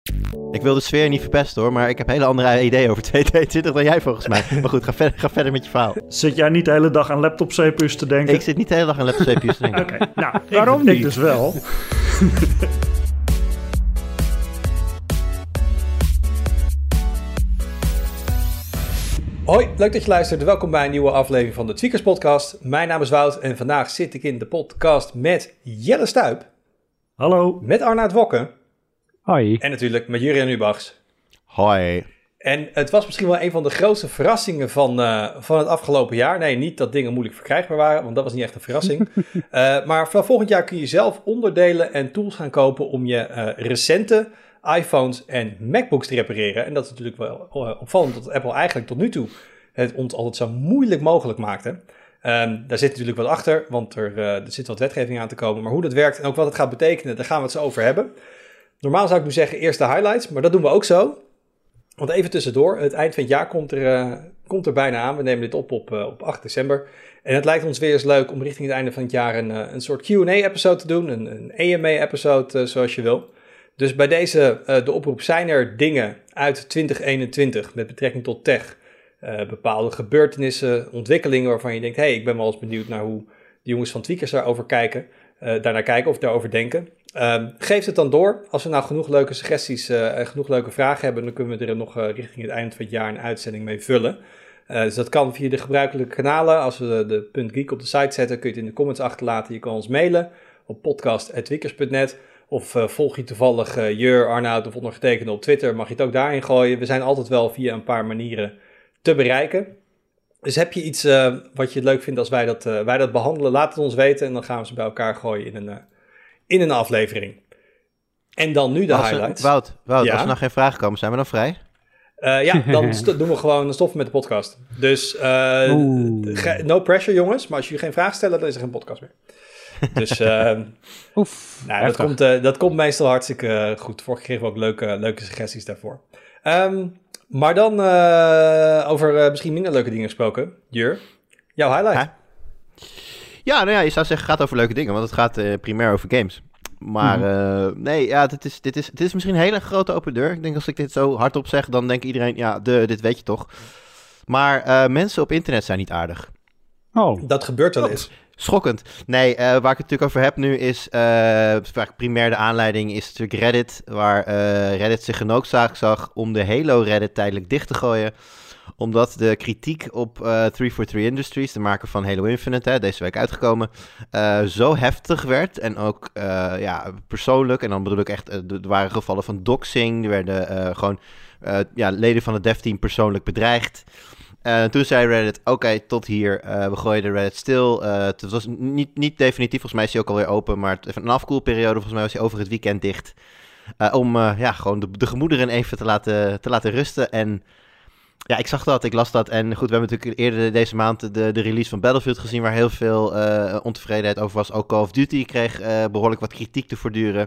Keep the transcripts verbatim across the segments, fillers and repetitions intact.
Ik wil de sfeer niet verpesten hoor, maar ik heb hele andere ideeën over tweeduizend tweeëntwintig dan jij volgens mij. Maar goed, ga verder, ga verder met je verhaal. Zit jij niet de hele dag aan laptop C P U's te denken? Ik zit niet de hele dag aan laptop C P U's te denken. Oké, okay, nou, waarom ik, niet? Ik dus wel. Hoi, leuk dat je luistert. Welkom bij een nieuwe aflevering van de Tweakers Podcast. Mijn naam is Wout en vandaag zit ik in de podcast met Jelle Stuip. Hallo. Met Arnaud Wokke. Hoi. En natuurlijk met Jurjen Ubachs. Hoi. En het was misschien wel een van de grootste verrassingen van, uh, van het afgelopen jaar. Nee, niet dat dingen moeilijk verkrijgbaar waren, want dat was niet echt een verrassing. uh, maar vanaf volgend jaar kun je zelf onderdelen en tools gaan kopen om je uh, recente iPhones en MacBooks te repareren. En dat is natuurlijk wel uh, opvallend dat Apple eigenlijk tot nu toe het ons altijd zo moeilijk mogelijk maakte. Um, daar zit natuurlijk wat achter, want er, uh, er zit wat wetgeving aan te komen. Maar hoe dat werkt en ook wat het gaat betekenen, daar gaan we het zo over hebben. Normaal zou ik nu zeggen eerst de highlights, maar dat doen we ook zo. Want even tussendoor, het eind van het jaar komt er, uh, komt er bijna aan. We nemen dit op op, uh, op acht december. En het lijkt ons weer eens leuk om richting het einde van het jaar een, uh, een soort Q en A-episode te doen. Een, een A M A-episode, uh, zoals je wil. Dus bij deze, uh, de oproep, zijn er dingen uit twintig eenentwintig met betrekking tot tech. Uh, bepaalde gebeurtenissen, ontwikkelingen waarvan je denkt, hé, hey, ik ben wel eens benieuwd naar hoe de jongens van Tweakers daarover kijken. Uh, daarnaar kijken of daarover denken. Uh, geef het dan door. Als we nou genoeg leuke suggesties uh, en genoeg leuke vragen hebben, dan kunnen we er nog uh, richting het eind van het jaar een uitzending mee vullen. Uh, dus dat kan via de gebruikelijke kanalen. Als we de, de .geek op de site zetten, kun je het in de comments achterlaten. Je kan ons mailen op podcast at tweakers punt net. Of uh, volg je toevallig uh, Jur, Arnoud of ondergetekende op Twitter, mag je het ook daarin gooien. We zijn altijd wel via een paar manieren te bereiken. Dus heb je iets uh, wat je leuk vindt als wij dat, uh, wij dat behandelen, laat het ons weten. En dan gaan we ze bij elkaar gooien in een, uh, in een aflevering. En dan nu de als highlights. Er, Wout, Wout ja? als er nog geen vragen komen, zijn we dan vrij? Uh, ja, dan st- doen we gewoon een stoffen met de podcast. Dus uh, ge- no pressure jongens. Maar als jullie geen vragen stellen, dan is er geen podcast meer. Dus uh, Oef, nou, dat, komt, uh, dat komt meestal hartstikke goed. Vorige keer kregen we ook leuke, leuke suggesties daarvoor. Um, maar dan uh, over uh, misschien minder leuke dingen gesproken. Jur, jouw highlight. Ha? Ja, nou ja, je zou zeggen, het gaat over leuke dingen, want het gaat uh, primair over games. Maar mm-hmm. uh, nee, ja, dit is, dit, is, dit is misschien een hele grote open deur. Ik denk als ik dit zo hardop zeg, dan denkt iedereen, ja, de, dit weet je toch. Maar uh, mensen op internet zijn niet aardig. Oh. Dat gebeurt wel eens. Schokkend. Nee, uh, waar ik het natuurlijk over heb nu is, uh, primair de aanleiding is natuurlijk Reddit, waar uh, Reddit zich genoodzaakt zag om de Halo Reddit tijdelijk dicht te gooien. Omdat de kritiek op uh, three forty-three Industries, de maker van Halo Infinite, hè, deze week uitgekomen, uh, zo heftig werd. En ook uh, ja, persoonlijk, en dan bedoel ik echt, uh, er waren gevallen van doxing, er werden uh, gewoon uh, ja, leden van het devteam persoonlijk bedreigd. Uh, toen zei Reddit, oké, okay, tot hier, uh, we gooien de Reddit stil. Uh, het was niet, niet definitief, volgens mij is hij ook alweer open, maar het, een afkoelperiode, volgens mij was hij over het weekend dicht. Uh, om uh, ja, gewoon de, de gemoederen even te laten, te laten rusten. En ja, ik zag dat, ik las dat. En goed, we hebben natuurlijk eerder deze maand de, de release van Battlefield gezien, waar heel veel uh, ontevredenheid over was. Ook Call of Duty kreeg uh, behoorlijk wat kritiek te voortduren.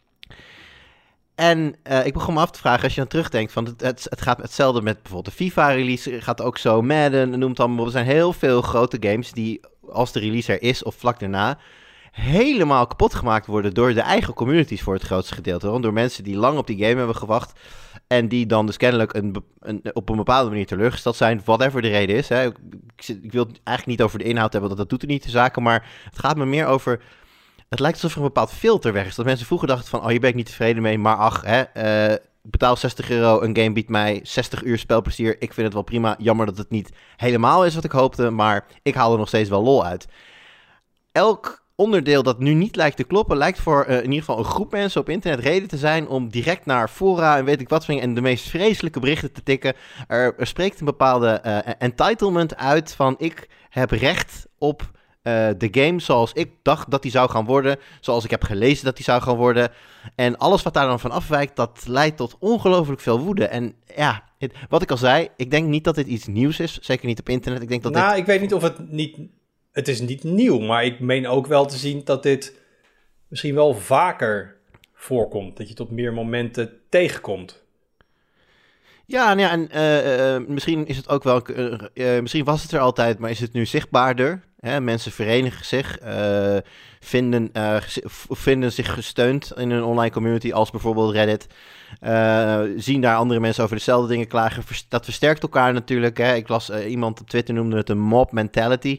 En uh, ik begon me af te vragen, als je dan terugdenkt, van het, het, het gaat hetzelfde met bijvoorbeeld de FIFA-release, gaat ook zo, Madden, noem het allemaal. Er zijn heel veel grote games die, als de release er is of vlak daarna, helemaal kapot gemaakt worden door de eigen communities voor het grootste gedeelte. Want door mensen die lang op die game hebben gewacht en die dan dus kennelijk een, een, op een bepaalde manier teleurgesteld zijn, whatever de reden is. Hè. Ik, ik wil het eigenlijk niet over de inhoud hebben, want dat doet er niet de zaken, maar het gaat me meer over, het lijkt alsof er een bepaald filter weg is. Dat mensen vroeger dachten van, oh, hier ben ik niet tevreden mee, maar ach, hè, uh, betaal zestig euro, een game biedt mij zestig uur spelplezier. Ik vind het wel prima, jammer dat het niet helemaal is wat ik hoopte, maar ik haal er nog steeds wel lol uit. Elk onderdeel dat nu niet lijkt te kloppen, lijkt voor uh, in ieder geval een groep mensen op internet reden te zijn om direct naar fora en weet ik wat springen en de meest vreselijke berichten te tikken. Er, er spreekt een bepaalde uh, entitlement uit van ik heb recht op uh, de game zoals ik dacht dat die zou gaan worden, zoals ik heb gelezen dat die zou gaan worden. En alles wat daar dan van afwijkt, dat leidt tot ongelooflijk veel woede. En ja, het, wat ik al zei, ik denk niet dat dit iets nieuws is, zeker niet op internet. Ik denk dat nou, dit... ik weet niet of het niet... Het is niet nieuw, maar ik meen ook wel te zien dat dit misschien wel vaker voorkomt. Dat je het op meer momenten tegenkomt. Ja, nou ja en uh, uh, misschien is het ook wel, uh, uh, misschien was het er altijd, maar is het nu zichtbaarder? Hè? Mensen verenigen zich, uh, vinden, uh, vinden zich gesteund in een online community als bijvoorbeeld Reddit. Uh, zien daar andere mensen over dezelfde dingen klagen. Dat versterkt elkaar natuurlijk. Hè? Ik las uh, iemand op Twitter noemde het een mob mentality.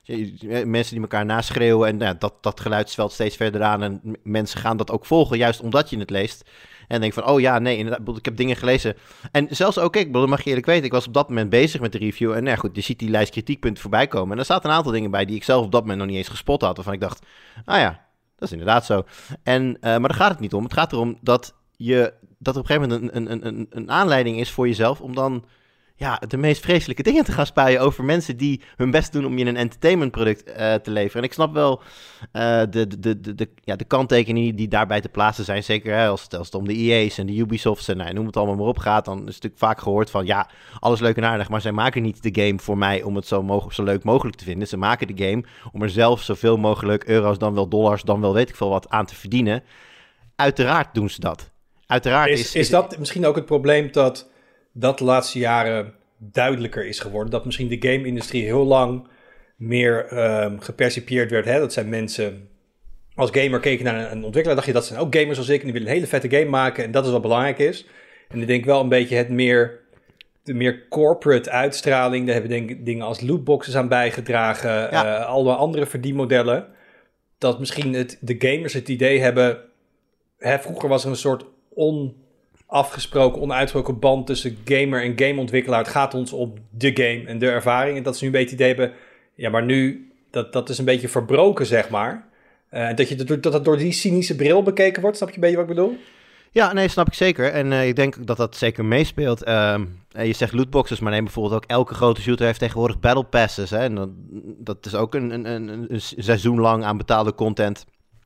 Mensen die elkaar naschreeuwen en nou, dat, dat geluid zwelt steeds verder aan en mensen gaan dat ook volgen, juist omdat je het leest. En denk van, oh ja, nee, inderdaad, ik heb dingen gelezen. En zelfs ook ik, dat mag je eerlijk weten, ik was op dat moment bezig met de review. En nou goed, je ziet die lijst kritiekpunten voorbij komen. En er staat een aantal dingen bij die ik zelf op dat moment nog niet eens gespot had. Waarvan ik dacht, ah ja, dat is inderdaad zo. En, uh, maar daar gaat het niet om. Het gaat erom dat, je, dat er op een gegeven moment een, een, een, een aanleiding is voor jezelf om dan ja, de meest vreselijke dingen te gaan spuien over mensen die hun best doen om je een entertainmentproduct uh, te leveren. En ik snap wel uh, de, de, de, de, de, ja, de kanttekeningen die daarbij te plaatsen zijn. Zeker hè, als, het, als het om de E A's en de Ubisofts en nou, noem het allemaal maar op gaat. Dan is het natuurlijk vaak gehoord van ja, alles leuk en aardig. Maar zij maken niet de game voor mij om het zo, mogelijk, zo leuk mogelijk te vinden. Ze maken de game om er zelf zoveel mogelijk euro's, dan wel dollars, dan wel weet ik veel wat aan te verdienen. Uiteraard doen ze dat. Uiteraard is, is, is, is dat misschien ook het probleem dat dat de laatste jaren duidelijker is geworden? Dat misschien de game-industrie heel lang meer um, gepercipieerd werd. Hè? Dat zijn mensen, als gamer keken naar een ontwikkelaar, dacht je dat zijn ook gamers als ik en die willen een hele vette game maken en dat is wat belangrijk is. En ik denk wel een beetje het meer, de meer corporate uitstraling. Daar hebben denk, dingen als lootboxes aan bijgedragen, ja. uh, alle andere verdienmodellen. Dat misschien het, de gamers het idee hebben, hè, vroeger was er een soort on afgesproken, onuitgesproken band tussen gamer en gameontwikkelaar. Het gaat ons om de game en de ervaring. En dat ze nu een beetje het idee hebben, ja, maar nu, dat, dat is een beetje verbroken, zeg maar. Uh, dat, je, dat dat door die cynische bril bekeken wordt. Snap je een beetje wat ik bedoel? Ja, nee, snap ik zeker. En uh, ik denk dat dat zeker meespeelt. Uh, je zegt lootboxes, maar neem bijvoorbeeld ook elke grote shooter heeft tegenwoordig battle passes. Hè? En dat, dat is ook een, een, een, een seizoen lang aan betaalde content.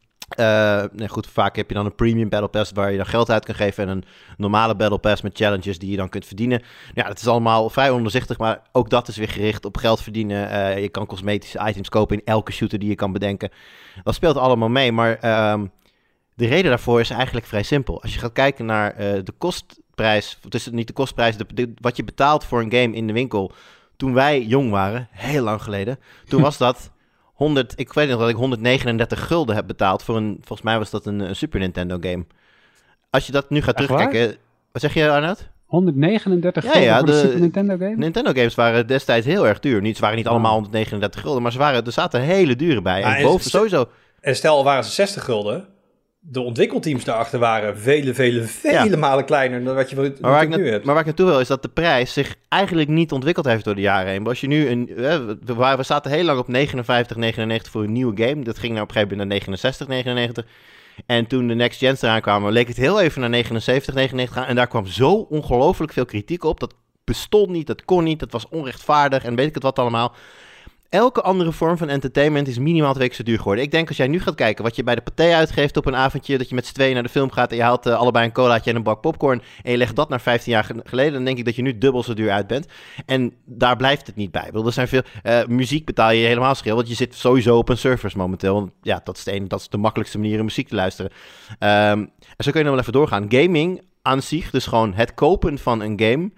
Uh, nee, goed, vaak heb je dan een premium battle pass waar je dan geld uit kan geven en een normale battle pass met challenges die je dan kunt verdienen. Ja, dat is allemaal vrij ondoorzichtig, maar ook dat is weer gericht op geld verdienen. Uh, je kan cosmetische items kopen in elke shooter die je kan bedenken. Dat speelt allemaal mee, maar uh, de reden daarvoor is eigenlijk vrij simpel. Als je gaat kijken naar uh, de kostprijs, dus niet de kostprijs, de, de, wat je betaalt voor een game in de winkel toen wij jong waren, heel lang geleden, toen was dat honderd, ik weet nog dat ik honderdnegenendertig gulden heb betaald voor een, volgens mij was dat een, een Super Nintendo game. Als je dat nu gaat Echt terugkijken, waar? Wat zeg je, Arnoud? honderdnegenendertig Ja, gulden ja, voor de, de Super Nintendo game? Nintendo games waren destijds heel erg duur. Niet, ze waren niet Oh. allemaal honderdnegenendertig gulden, maar ze waren, er zaten hele dure bij. Ah, en en boven ze- sowieso. En stel, waren ze zestig gulden. De ontwikkelteams daarachter waren vele, vele, vele Ja. malen kleiner dan wat je wat Maar waar, ik nu na- hebt. maar waar ik naartoe wil is dat de prijs zich eigenlijk niet ontwikkeld heeft door de jaren heen. Maar als je nu een, eh, we, waren- we zaten heel lang op negenenvijftig negenennegentig voor een nieuwe game. Dat ging nou op een gegeven moment naar negenenzestig negenennegentig. En toen de next gens eraan kwamen, leek het heel even naar negenenzeventig negenennegentig gaan. En daar kwam zo ongelooflijk veel kritiek op. Dat bestond niet, dat kon niet, dat was onrechtvaardig en weet ik het wat allemaal. Elke andere vorm van entertainment is minimaal twee keer zo duur geworden. Ik denk als jij nu gaat kijken wat je bij de Pathé uitgeeft op een avondje, dat je met z'n tweeën naar de film gaat en je haalt uh, allebei een colaatje en een bak popcorn en je legt dat naar vijftien jaar geleden, dan denk ik dat je nu dubbel zo duur uit bent. En daar blijft het niet bij. Ik bedoel, er zijn veel, uh, muziek betaal je helemaal schil, want je zit sowieso op een servers momenteel. Want ja, dat is, de ene, dat is de makkelijkste manier om muziek te luisteren. Um, en zo kun je nog wel even doorgaan. Gaming aan zich, dus gewoon het kopen van een game,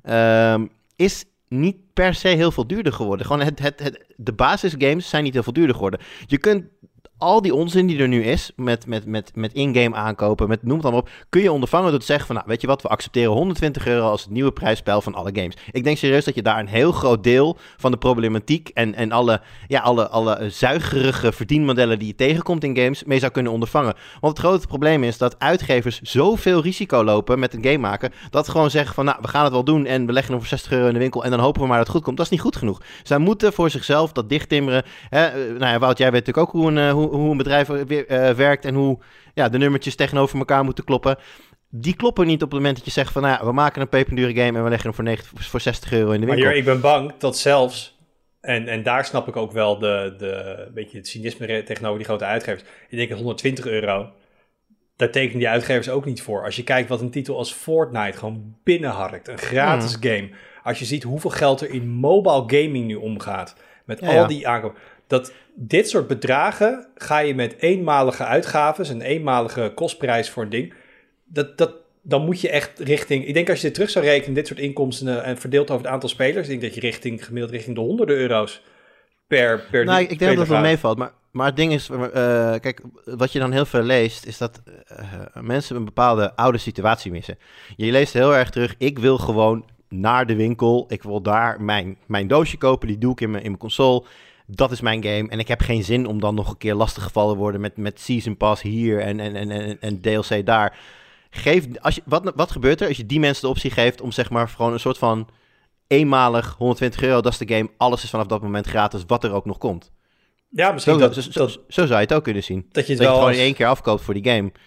um, is niet per se heel veel duurder geworden. Gewoon het, het, het, de basisgames zijn niet heel veel duurder geworden. Je kunt al die onzin die er nu is, met, met, met, met in-game aankopen, met noem het allemaal op, kun je ondervangen door te zeggen van, nou, weet je wat, we accepteren honderdtwintig euro als het nieuwe prijsspel van alle games. Ik denk serieus dat je daar een heel groot deel van de problematiek en, en alle, ja, alle, alle zuigerige verdienmodellen die je tegenkomt in games mee zou kunnen ondervangen. Want het grote probleem is dat uitgevers zoveel risico lopen met een game maken, dat gewoon zeggen van, nou, we gaan het wel doen en we leggen hem voor zestig euro in de winkel en dan hopen we maar dat het goed komt. Dat is niet goed genoeg. Zij moeten voor zichzelf dat dichttimmeren. Hè? Nou ja, Wout, jij weet natuurlijk ook hoe een, hoe, hoe een bedrijf weer, uh, werkt en hoe ja, de nummertjes tegenover elkaar moeten kloppen. Die kloppen niet op het moment dat je zegt van, nou ja, we maken een peperdure game en we leggen hem voor, negentig, voor zestig euro in de winkel. Maar hier, ik ben bang dat zelfs, en, en daar snap ik ook wel de, de, een beetje het cynisme tegenover die grote uitgevers. Ik denk dat honderdtwintig euro, daar tekenen die uitgevers ook niet voor. Als je kijkt wat een titel als Fortnite gewoon binnenharkt, een gratis hmm. game. Als je ziet hoeveel geld er in mobile gaming nu omgaat, met ja, al ja. die aankopen. Dat dit soort bedragen ga je met eenmalige uitgaven en eenmalige kostprijs voor een ding. Dat, dat, dan moet je echt richting... Ik denk als je dit terug zou rekenen, dit soort inkomsten en verdeeld over het aantal spelers, ik denk dat je richting gemiddeld richting de honderden euro's per per Nou, ik denk dat het wel gaat. meevalt, maar, maar het ding is, uh, kijk, wat je dan heel veel leest, is dat uh, mensen een bepaalde oude situatie missen. Je leest heel erg terug, ik wil gewoon naar de winkel, ik wil daar mijn, mijn doosje kopen, die doe ik in mijn, in mijn console. Dat is mijn game en ik heb geen zin om dan nog een keer lastiggevallen worden met, met Season Pass hier en, en, en, en, en D L C daar. Geef, als je, wat, wat gebeurt er als je die mensen de optie geeft om zeg maar gewoon een soort van eenmalig honderdtwintig euro, dat is de game, alles is vanaf dat moment gratis, wat er ook nog komt. Ja, misschien Zo, dat, zo, dat, zo, zo zou je het ook kunnen zien. dat je het Dat je wel het gewoon als- in één keer afkoopt voor die game.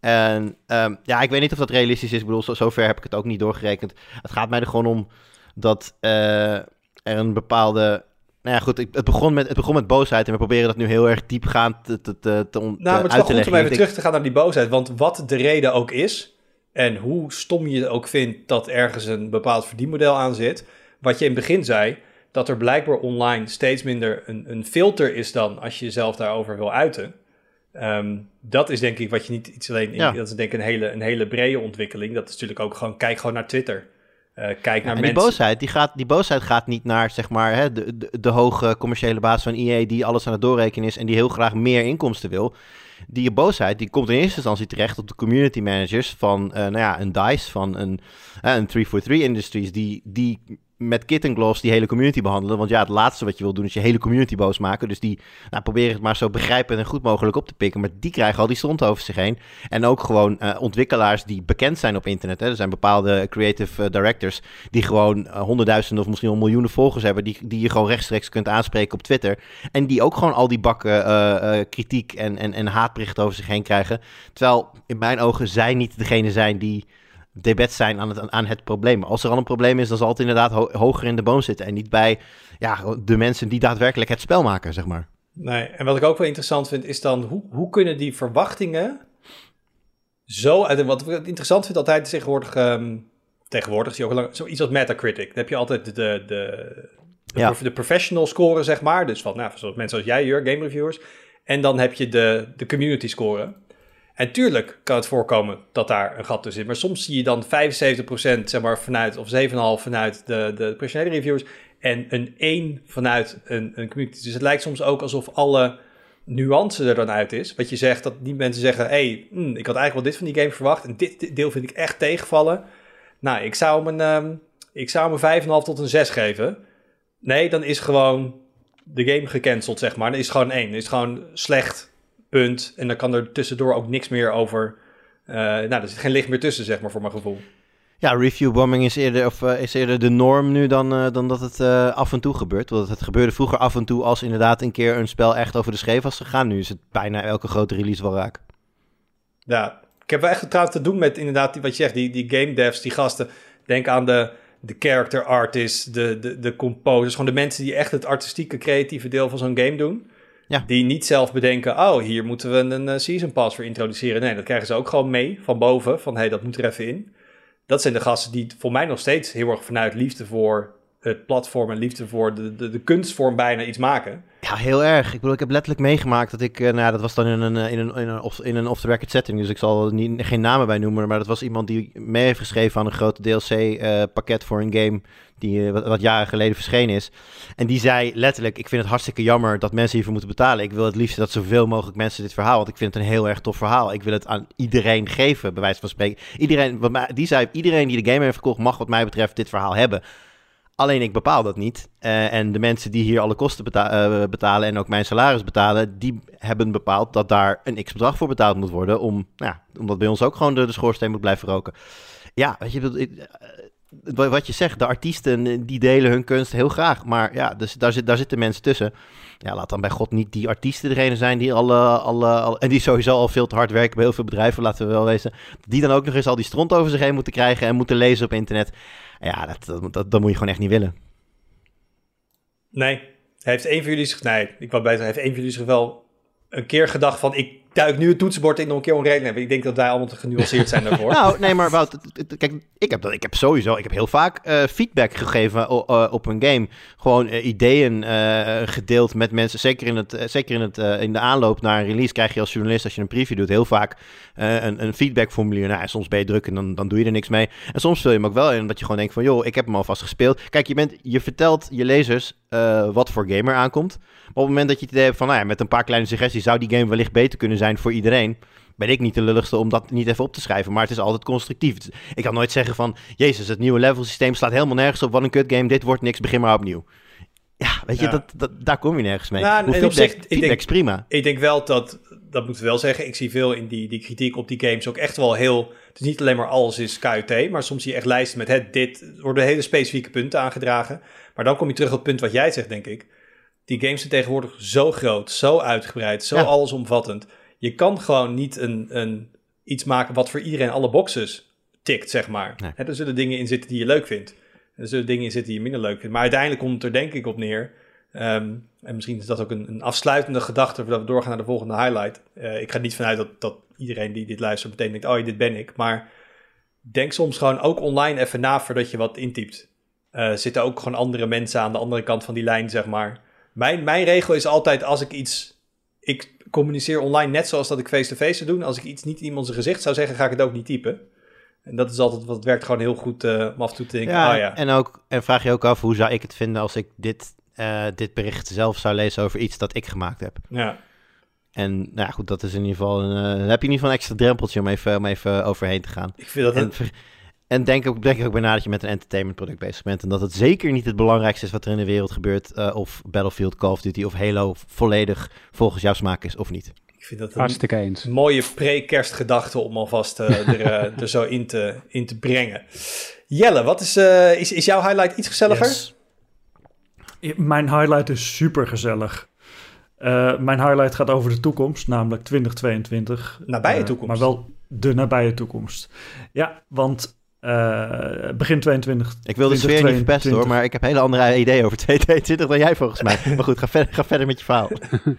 En um, ja, ik weet niet of dat realistisch is. Ik bedoel, zo, zover heb ik het ook niet doorgerekend. Het gaat mij er gewoon om dat uh, er een bepaalde... Nou ja, goed, ik, het, begon met, het begon met boosheid en we proberen dat nu heel erg diepgaand te, te, te, te, on, Nou, maar het is wel uit te goed om leggen. even Ik terug denk- te gaan naar die boosheid. Want wat de reden ook is, en hoe stom je ook vindt dat ergens een bepaald verdienmodel aan zit, wat je in het begin zei, dat er blijkbaar online steeds minder een, een filter is dan als je jezelf daarover wil uiten. Um, dat is denk ik wat je niet iets alleen... In, Ja. Dat is denk ik een hele, een hele brede ontwikkeling. Dat is natuurlijk ook gewoon, kijk gewoon naar Twitter. Uh, kijk naar Ja, en die mensen. boosheid, die, gaat, die boosheid gaat niet naar zeg maar, hè, de, de, de hoge commerciële baas van E A die alles aan het doorrekenen is en die heel graag meer inkomsten wil. Die boosheid die komt in eerste instantie terecht op de community managers van uh, nou ja, een DICE, van een, uh, een three forty-three Industries, die, die met kit en gloves die hele community behandelen. Want ja, het laatste wat je wil doen is je hele community boos maken. Dus die nou, proberen het maar zo begrijpend en goed mogelijk op te pikken. Maar die krijgen al die stront over zich heen. En ook gewoon uh, ontwikkelaars die bekend zijn op internet. Hè. Er zijn bepaalde creative uh, directors die gewoon uh, honderdduizenden of misschien wel miljoenen volgers hebben. Die, die je gewoon rechtstreeks kunt aanspreken op Twitter. En die ook gewoon al die bakken uh, uh, kritiek en, en, en haatberichten over zich heen krijgen. Terwijl in mijn ogen zij niet degene zijn die debet zijn aan het, aan het probleem. Als er al een probleem is, dan zal het inderdaad ho- hoger in de boom zitten. En niet bij ja, de mensen die daadwerkelijk het spel maken, zeg maar. Nee, en wat ik ook wel interessant vind, is dan hoe, hoe kunnen die verwachtingen zo uit... Wat ik interessant vind altijd tegenwoordig, um, tegenwoordig zie je ook lang, zoiets als Metacritic. Dan heb je altijd de, de, de, de, Ja. prof, de professional score, zeg maar. Dus van nou, zoals mensen zoals jij, Jur, game reviewers. En dan heb je de, de community score. En tuurlijk kan het voorkomen dat daar een gat tussen zit. Maar soms zie je dan vijfenzeventig procent zeg maar, vanuit, of zeven komma vijf vanuit de, de professionele reviewers. En een één vanuit een, een community. Dus het lijkt soms ook alsof alle nuance er dan uit is. Wat je zegt, dat die mensen zeggen, hey, mm, ik had eigenlijk wel dit van die game verwacht. En dit, dit deel vind ik echt tegenvallen. Nou, ik zou hem een, um, ik zou hem een vijf komma vijf tot een zes geven. Nee, dan is gewoon de game gecanceld, zeg maar. Dan is het gewoon één. Dan is het gewoon slecht. Punt. En dan kan er tussendoor ook niks meer over... Uh, nou, er zit geen licht meer tussen, zeg maar, voor mijn gevoel. Ja, reviewbombing is eerder, of, uh, is eerder de norm nu dan, uh, dan dat het uh, af en toe gebeurt. Want het gebeurde vroeger af en toe als inderdaad een keer een spel echt over de scheef was gegaan. Nu is het bijna elke grote release wel raak. Ja, ik heb wel echt trouwens te doen met inderdaad, die, wat je zegt, die, die game devs, die gasten. Denk aan de, de character artists, de, de, de composers. Gewoon de mensen die echt het artistieke, creatieve deel van zo'n game doen. Ja. Die niet zelf bedenken, oh, hier moeten we een uh, season pass voor introduceren. Nee, dat krijgen ze ook gewoon mee van boven. Van, hé, hey, dat moet er even in. Dat zijn de gasten die voor mij nog steeds heel erg vanuit liefde voor het platform en liefde voor de, de, de kunstvorm bijna iets maken. Ja, heel erg. Ik bedoel, ik heb letterlijk meegemaakt dat ik... Uh, nou ja, dat was dan in een, in een, in een, off, in een off-the-record setting, dus ik zal niet, geen namen bij noemen, maar dat was iemand die mee heeft geschreven aan een grote D L C-pakket uh, voor een game die uh, wat, wat jaren geleden verschenen is. En die zei letterlijk, ik vind het hartstikke jammer dat mensen hiervoor moeten betalen. Ik wil het liefst dat zoveel mogelijk mensen dit verhaal, want ik vind het een heel erg tof verhaal. Ik wil het aan iedereen geven, bij wijze van spreken. Iedereen, wat mij, die zei, iedereen die de game heeft verkocht mag wat mij betreft dit verhaal hebben. Alleen ik bepaal dat niet. Uh, en de mensen die hier alle kosten beta- uh, betalen en ook mijn salaris betalen, die hebben bepaald dat daar een x-bedrag voor betaald moet worden, om, nou ja, omdat bij ons ook gewoon de, de schoorsteen moet blijven roken. Ja, weet je, uh, wat je zegt, de artiesten die delen hun kunst heel graag, maar ja, dus daar, zit, daar zitten mensen tussen. Ja, laat dan bij God niet die artiesten degene zijn die alle, alle, alle, en die sowieso al veel te hard werken bij heel veel bedrijven, laten we wel wezen, die dan ook nog eens al die stront over zich heen moeten krijgen en moeten lezen op internet. Ja, dat, dat, dat, dat moet je gewoon echt niet willen. Nee, heeft een van jullie zich... Nee, ik wou bij zeggen, heeft een van jullie zich wel een keer gedacht van... ik duik nu het toetsenbord in nog een keer onredelijk hebben. Ik denk dat wij allemaal te genuanceerd zijn daarvoor. Nou, nee, maar Wout, kijk, ik heb, dat, ik heb sowieso, ik heb heel vaak uh, feedback gegeven o, uh, op een game. Gewoon uh, ideeën uh, gedeeld met mensen. Zeker, in, het, uh, zeker in, het, uh, in de aanloop naar een release krijg je als journalist, als je een preview doet, heel vaak uh, een, een feedbackformulier. Nou, soms ben je druk en dan, dan doe je er niks mee. En soms vul je hem ook wel in, omdat je gewoon denkt van, joh, ik heb hem alvast gespeeld. Kijk, je, bent, je vertelt je lezers uh, wat voor game er aankomt. Maar op het moment dat je het idee hebt van, nou ja, met een paar kleine suggesties zou die game wellicht beter kunnen zijn voor iedereen, ben ik niet de lulligste om dat niet even op te schrijven. Maar het is altijd constructief. Ik kan nooit zeggen van, jezus, het nieuwe levelsysteem slaat helemaal nergens op. Wat een kut game, dit wordt niks, begin maar opnieuw. Ja, weet je, ja. Dat, dat, daar kom je nergens mee. Nou, feedback, zich, feedback denk, is prima. Ik denk wel dat, dat moeten we wel zeggen, ik zie veel in die, die kritiek op die games ook echt wel heel, het is niet alleen maar alles is K U T, maar soms zie je echt lijsten met, het, dit worden hele specifieke punten aangedragen. Maar dan kom je terug op het punt wat jij zegt, denk ik. Die games zijn tegenwoordig zo groot, zo uitgebreid, zo ja. allesomvattend. Je kan gewoon niet een, een, iets maken wat voor iedereen alle boxes tikt, zeg maar. Nee. He, er zullen dingen in zitten die je leuk vindt. Er zullen dingen in zitten die je minder leuk vindt. Maar uiteindelijk komt het er denk ik op neer. Um, en misschien is dat ook een, een afsluitende gedachte voordat we doorgaan naar de volgende highlight. Uh, ik ga niet vanuit dat, dat iedereen die dit luistert meteen denkt, oh, dit ben ik. Maar denk soms gewoon ook online even na voordat je wat intypt. Uh, zitten ook gewoon andere mensen aan de andere kant van die lijn, zeg maar. Mijn, mijn regel is altijd, als ik iets... Ik communiceer online net zoals dat ik face-to-face zou doen. Als ik iets niet in iemands gezicht zou zeggen, ga ik het ook niet typen. En dat is altijd, wat het werkt gewoon heel goed uh, om af en toe te denken, ja, oh ja. En, ook, en vraag je ook af, hoe zou ik het vinden als ik dit, uh, dit bericht zelf zou lezen over iets dat ik gemaakt heb? Ja. En nou ja, goed, dat is in ieder geval een, uh, dan heb je in ieder geval een extra drempeltje om even, om even overheen te gaan. Ik vind dat... En, een... En denk ook, denk ook bijna dat je met een entertainmentproduct bezig bent. En dat het zeker niet het belangrijkste is wat er in de wereld gebeurt. Uh, of Battlefield, Call of Duty of Halo volledig volgens jouw smaak is of niet. Ik vind dat een Hartstikke eens. mooie pre-kerstgedachte om alvast uh, er, uh, er zo in te, in te brengen. Jelle, wat is, uh, is, is jouw highlight iets gezelliger? Yes. Mijn highlight is super gezellig. Uh, mijn highlight gaat over de toekomst, namelijk twintig tweeëntwintig. Nabije uh, toekomst. Maar wel de nabije toekomst. Ja, want... Uh, begin tweeëntwintig. Ik wil de sfeer niet verpesten hoor, maar ik heb hele andere ideeën over twintig tweeëntwintig dan jij volgens mij. Maar goed, ga verder, ga verder met je verhaal.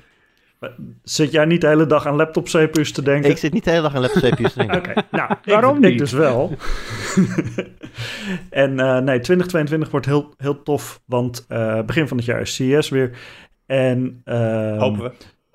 Zit jij niet de hele dag aan laptop C P U's te denken? Ik zit niet de hele dag aan laptop C P U's te denken. Oké, okay, nou, waarom ik, niet? Ik dus wel. En uh, nee, twintig tweeëntwintig wordt heel, heel tof, want uh, begin van het jaar is C E S weer. En, uh, hopen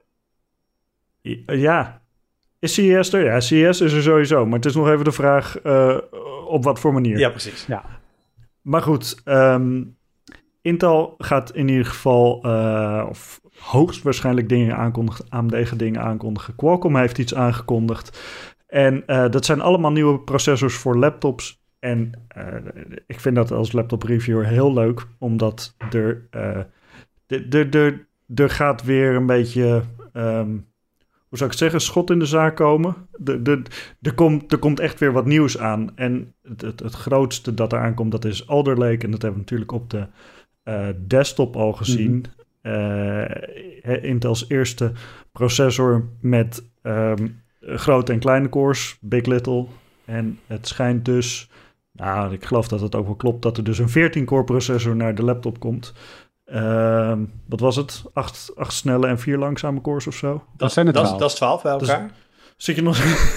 we. Ja. Is C E S er? Ja, C E S is er sowieso. Maar het is nog even de vraag uh, op wat voor manier. Ja, precies. Ja. Maar goed, um, Intel gaat in ieder geval... Uh, of hoogstwaarschijnlijk dingen aankondigen. A M D gaat dingen aankondigen. Qualcomm heeft iets aangekondigd. En uh, dat zijn allemaal nieuwe processors voor laptops. En uh, ik vind dat als laptop reviewer heel leuk. Omdat er... Uh, de, de, de, er gaat weer een beetje... Um, hoe zou ik het zeggen, schot in de zaak komen. De, de, de komt, er komt echt weer wat nieuws aan. En het, het, het grootste dat er aankomt, dat is Alder Lake. En dat hebben we natuurlijk op de uh, desktop al gezien. Mm-hmm. Uh, Intels eerste processor met um, grote en kleine cores, Big Little. En het schijnt dus, nou, ik geloof dat het ook wel klopt, dat er dus een veertien-core processor naar de laptop komt. Uh, wat was het? Acht, acht snelle en vier langzame cores of zo? Dat, dat zijn het dat, dat is twaalf bij elkaar. Dus, zit je nog...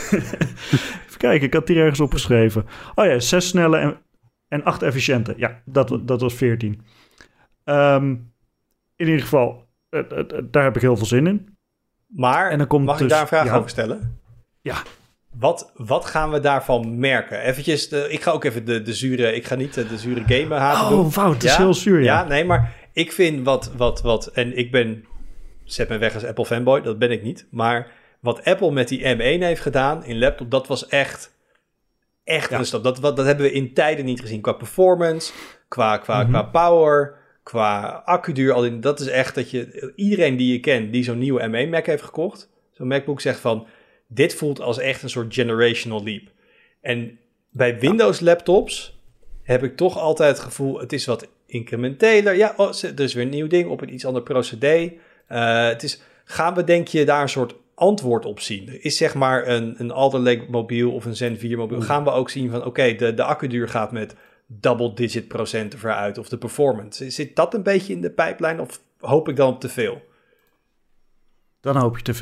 Even kijken, ik had hier ergens opgeschreven. Oh ja, zes snelle en, en acht efficiënte. Ja, dat, dat was veertien. Um, in ieder geval, uh, uh, uh, daar heb ik heel veel zin in. Maar, en dan komt mag dus, ik daar een vraag ja, over stellen? Ja. Wat, wat gaan we daarvan merken? Eventjes, de, ik ga ook even de, de zure... Ik ga niet de, de zure gamer haten doen. Oh, fout, het is ja? heel zuur, ja. Ja, nee, maar ik vind wat, wat, wat... En ik ben... Zet me weg als Apple fanboy, dat ben ik niet. Maar wat Apple met die M één heeft gedaan in laptop, dat was echt... Echt ja. een stap. Dat, dat, dat hebben we in tijden niet gezien. Qua performance, qua, qua, mm-hmm. qua power, qua accuduur. Al die, dat is echt dat je... Iedereen die je kent, die zo'n nieuwe M één Mac heeft gekocht, zo'n MacBook, zegt van... Dit voelt als echt een soort generational leap. En bij Windows laptops heb ik toch altijd het gevoel... Het is wat incrementeler. Ja, oh, er is weer een nieuw ding op een iets ander procedé. Uh, het is, gaan we, denk je, daar een soort antwoord op zien? Er is zeg maar een, een Alder Lake mobiel of een Zen vier mobiel. Gaan we ook zien van, oké, okay, de, de accuduur gaat met double-digit procenten vooruit. Of de performance. Zit dat een beetje in de pijplijn of hoop ik dan op te veel? Dan hoop je te veel.